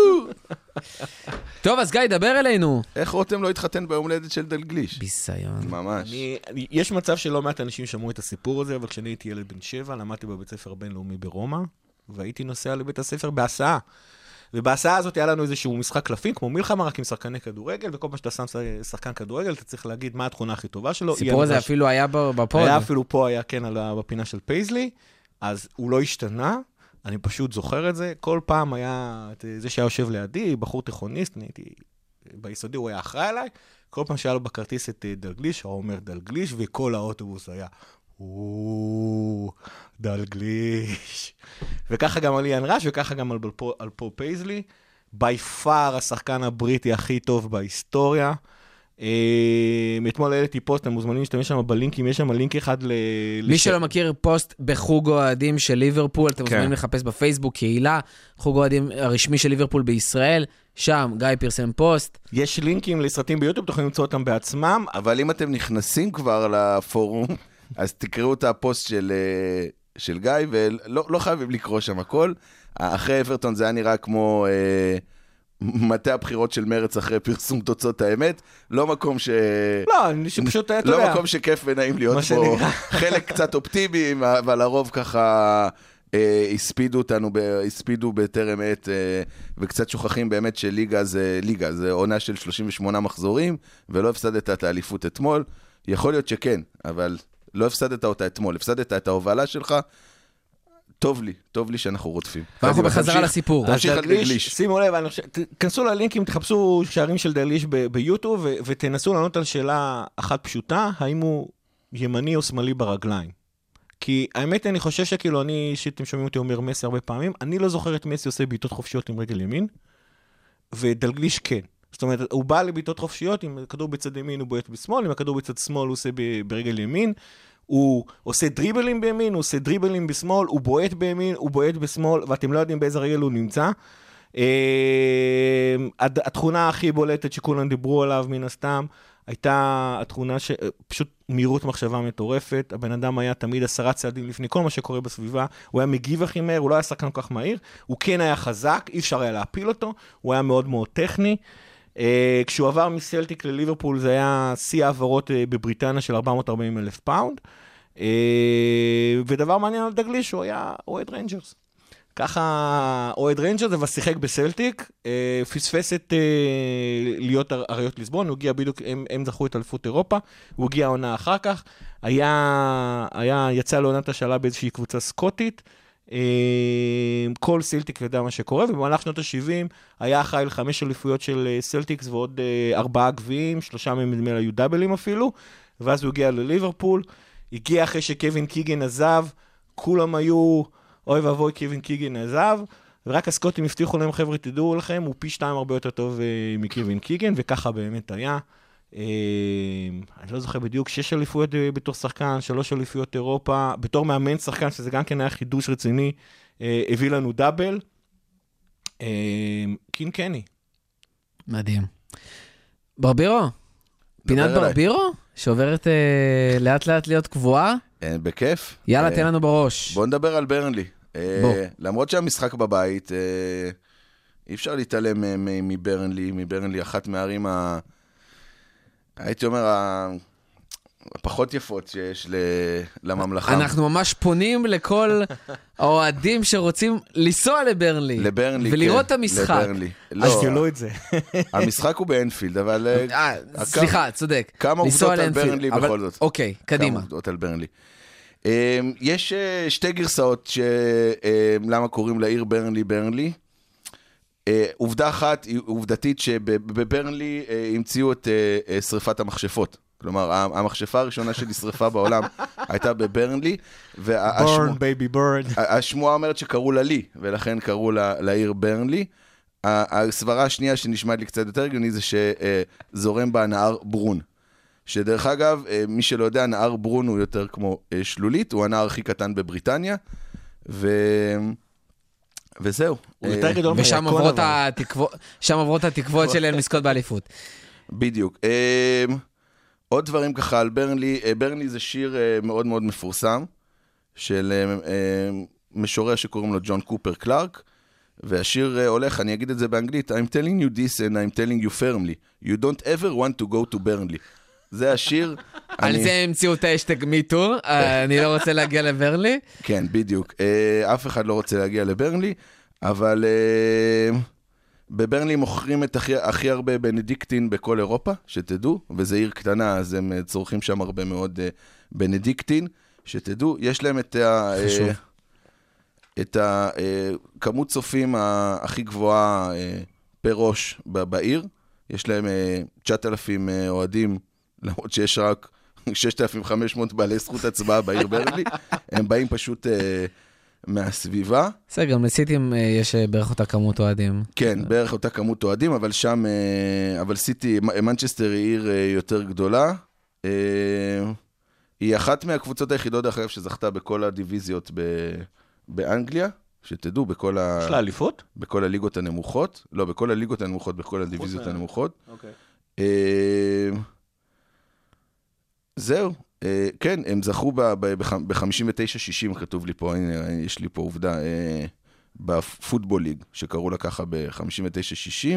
טוב, אז גיא, דבר אלינו. איך רותם לא התחתן ביום הולדת של דלגליש? ביסיון. ממש. יש מצב שלא מעט אנשים שמעו את הסיפור הזה, אבל כשאני הייתי ילד בן 7, למדתי בבית ספר הבינלאומי ברומא, והייתי נוסע לבית הספר בהסעה. ובהסעה הזאת היה לנו איזשהו משחק קלפים, כמו מלחמה, רק עם שחקני כדורגל, וכל פעם שאתה שם שחקן כדורגל, אתה צריך להגיד מה התכונה הכי טובה שלו. הסיפור הזה אפילו היה בפוד. היה אפילו פה, היה כן בפינה של פייזלי, אז הוא לא השתנה, אני פשוט זוכר את זה. כל פעם היה זה שהיה יושב לידי, בחור תיכוניסט, הייתי ביסודי, הוא היה אחראי עליי, כל פעם שהיה לו בכרטיס את דלגליש, הוא אומר דלגליש, וכל האוטובוס היה, דלגליש. וככה גם על איאן ראש, וככה גם על פול פייזלי. בי פאר השחקן הבריטי הכי טוב בהיסטוריה. אתמול העליתי פוסט, הם מוזמנים להשתמש שם בלינקים, יש שם לינק אחד מי שלא מכיר פוסט בחוג אוהדים של ליברפול, אתם מוזמנים לחפש בפייסבוק קהילה, חוג אוהדים הרשמי של ליברפול בישראל, שם גיא פרסם פוסט. יש לינקים לסרטים ביוטיוב, תוכלו למצוא אותם בעצמם. אבל אם אתם נכנסים כבר לפורום, אז תקראו את הפוסט של גיא, ולא חייבים לקרוא שם הכל. אחרי אברטון זה היה נראה כמו מטה הבחירות של מרץ אחרי פרסום תוצאות האמת. לא מקום שפשוט היה, לא מקום שכיף ונעים להיות פה. חלק קצת אופטימיים, אבל הרוב ככה הספידו בטרם עת, וקצת שוכחים באמת שליגה זה ליגה, זה עונה של 38 מחזורים, ולא הפסדת את האליפות אתמול. יכול להיות שכן, אבל לא הפסדת אותה אתמול, הפסדת את ההובלה שלך, טוב לי שאנחנו רודפים. ואנחנו בחזרה לסיפור. אז דלגליש, שימו לב, כנסו ללינקים, תחפשו שערים של דלגליש ביוטיוב, ותנסו לענות על שאלה אחת פשוטה, האם הוא ימני או שמאלי ברגליים. כי האמת אני חושב שכאילו שאתם שומעים אותי אומר מסי הרבה פעמים, אני לא זוכר את מסי עושה בעיטות חופשיות עם רגל ימין, ודלגליש כן. זאת אומרת, הוא בא לבעיטות חופשיות, עם הכדור בצד ימין הוא בועט בשמאל, עם הכדור בצד שמאל הוא עושה ברגל ימין, הוא עושה דריבלים בימין, הוא עושה דריבלים בשמאל, הוא בועט בימין, הוא בועט בשמאל, ואתם לא יודעים באיזה רגל הוא נמצא. התכונה הכי בולטת שכולם דיברו עליו מן הסתם, הייתה התכונה שפשוט מהירות מחשבה מטורפת, הבן אדם היה תמיד 10 צעדים לפני כל מה שקורה בסביבה, הוא היה מגיב הכי מהר, הוא לא היה שחקן כל כך מהיר, הוא כן היה חזק, אי אפשר היה להפיל אותו, הוא היה מאוד מאוד טכני, כשהוא עבר מסלטיק לליברפול זה היה שיא העברות בבריטניה של 440,000 פאונד, ודבר מעניין על דגליש, הוא היה אוהד ריינג'רס. ככה אוהד ריינג'רס ושיחק בסלטיק, פספס את להיות אריות ליסבון, הוא הגיע בדיוק, הם זכו את אליפות אירופה, הוא הגיע העונה אחר כך, יצא לעונת השאלה באיזושהי קבוצה סקוטית, כל סלטיק יודע מה שקורה, ובמהלך שנות ה-70 היה אחראי ל5 אליפויות של סלטיקס ועוד 4 גביעים, 3 מהם נדמה היו דאבלים אפילו, ואז הוא הגיע לליברפול, הגיע אחרי שקווין קיגן עזב, כולם היו, אוי ואבוי קווין קיגן עזב, ורק הסקוטים הבטיחו להם, חבר'ה תדעו לכם, הוא פי 2 הרבה יותר טוב מקווין קיגן, וככה באמת היה. אני לא זוכר בדיוק, 6 אליפויות בתור שחקן, 3 אליפויות אירופה, בתור מאמן שחקן, שזה גם כן היה חידוש רציני, הביא לנו דאבל. קין קני. מדהים. ברבירו? פינת ברבירו? שעוברת לאט לאט להיות קבועה? בכיף. יאללה, תן לנו בראש. בוא נדבר על ברנלי. למרות שהמשחק בבית, אי אפשר להתעלם מברנלי, אחת מהערים הייתי אומר, הפחות יפות שיש לממלכה. אנחנו ממש פונים לכל האוהדים שרוצים לנסוע לברנלי. לברנלי, כן. ולראות את המשחק. אז תראו את זה. המשחק הוא באנפילד, אבל... סליחה, צודק. כמה עובדות על ברנלי בכל זאת. אוקיי, קדימה. כמה עובדות על ברנלי. יש שתי גרסאות למה קוראים לעיר ברנלי. עובדה אחת היא עובדתית שבברנלי המציאו את שריפת המכשפות. כלומר, המכשפה הראשונה שנשרפה בעולם הייתה בברנלי, Burn, baby burn. השמועה אומרת שקראו לה לי, ולכן קראו לעיר ברנלי. הסברה השנייה שנשמעת לי קצת יותר הגיוני זה שזורם בה נהר ברון. שדרך אגב, מי שלא יודע, נהר ברון הוא יותר כמו שלולית, הוא הנהר הכי קטן בבריטניה, וזהו. הוא יותר גדול ושם עוברות התקוות שלהם לזכות באליפות. בדיוק. עוד דברים ככה על ברנלי, ברנלי זה שיר מאוד מאוד מפורסם, של משורר שקוראים לו ג'ון קופר קלארק, והשיר הולך, אני אגיד את זה באנגלית, I'm telling you this and I'm telling you firmly, you don't ever want to go to Burnley. זה השיר. על זה המציאו את האשטג מיטו, אני לא רוצה להגיע לברנלי. כן, בדיוק. אף אחד לא רוצה להגיע לברנלי, אבל בברנלי מוכרים את הכי הרבה בנדיקטין בכל אירופה, שתדעו, וזה עיר קטנה, אז הם צורכים שם הרבה מאוד בנדיקטין, שתדעו, יש להם את הכמות צופים הכי גבוהה פר ראש בעיר, יש להם 9,000 אוהדים, למרות שיש רק 6,500 בעלי זכות הצבעה בעיר ברנלי, הם באים פשוט מהסביבה. בסדר, גם לסיטים יש בערך אותה כמות אוהדים. כן, בערך אותה כמות אוהדים, אבל שם, אבל סיטי, מנצ'סטר היא עיר יותר גדולה. היא אחת מהקבוצות היחידות, דרך אגב, שזכתה בכל הדיוויזיות באנגליה, שתדעו, בכל יש לה אליפות? בכל הליגות הנמוכות. לא, בכל הליגות הנמוכות, בכל הדיוויזיות הנמוכות. אוקיי. זהו. כן, הם זכו ב-59-60, כתוב לי פה, הנה, יש לי פה עובדה, בפוטבול ליג, שקראו לה ככה ב-59-60,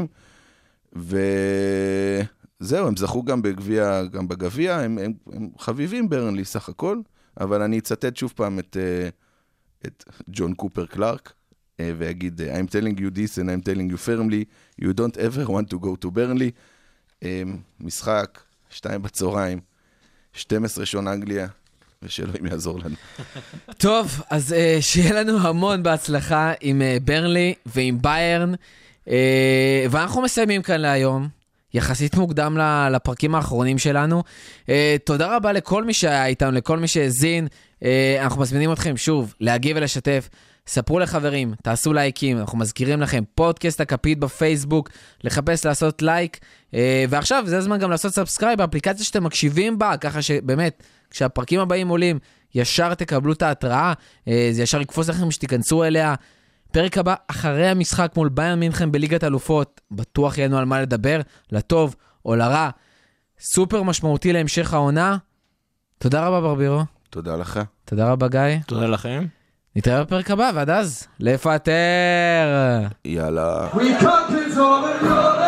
וזהו, הם זכו גם בגביע, הם חביבים ברנלי סך הכל, אבל אני אצטט שוב פעם את ג'ון קופר קלארק, ויגיד, I'm telling you this and I'm telling you firmly, you don't ever want to go to Burnley, משחק, 2 בצהריים, 12 שעון אנגליה, ושאלוהים יעזור לנו. טוב, אז שיהיה לנו המון בהצלחה עם ברנלי ועם ביירן, ואנחנו מסיימים כאן להיום, יחסית מוקדם לפרקים האחרונים שלנו. תודה רבה לכל מי שהיה איתנו, לכל מי שהזין. אנחנו מזמינים אתכם שוב להגיב ולשתף. ספרו לחברים, תעשו לייקים, אנחנו מזכירים לכם פודקאסט הכפית בפייסבוק, לחפש לעשות לייק, ועכשיו זה הזמן גם לעשות סאבסקרייב באפליקציה שאתם מקשיבים בה, ככה שבאמת, כשהפרקים הבאים עולים, ישר תקבלו את ההתראה, זה ישר יקפוץ לכם שתיכנסו אליה. פרק הבא, אחרי המשחק מול ביירן מינכן בליגת אלופות, בטוח יהיה לנו על מה לדבר, לטוב או לרע, סופר משמעותי להמשך העונה. תודה רבה ברבירו. תודה לך. תודה רבה גיא. תודה לכם. נתראה בפרק הבא, ועד אז, לפטר! יאללה. We cut it all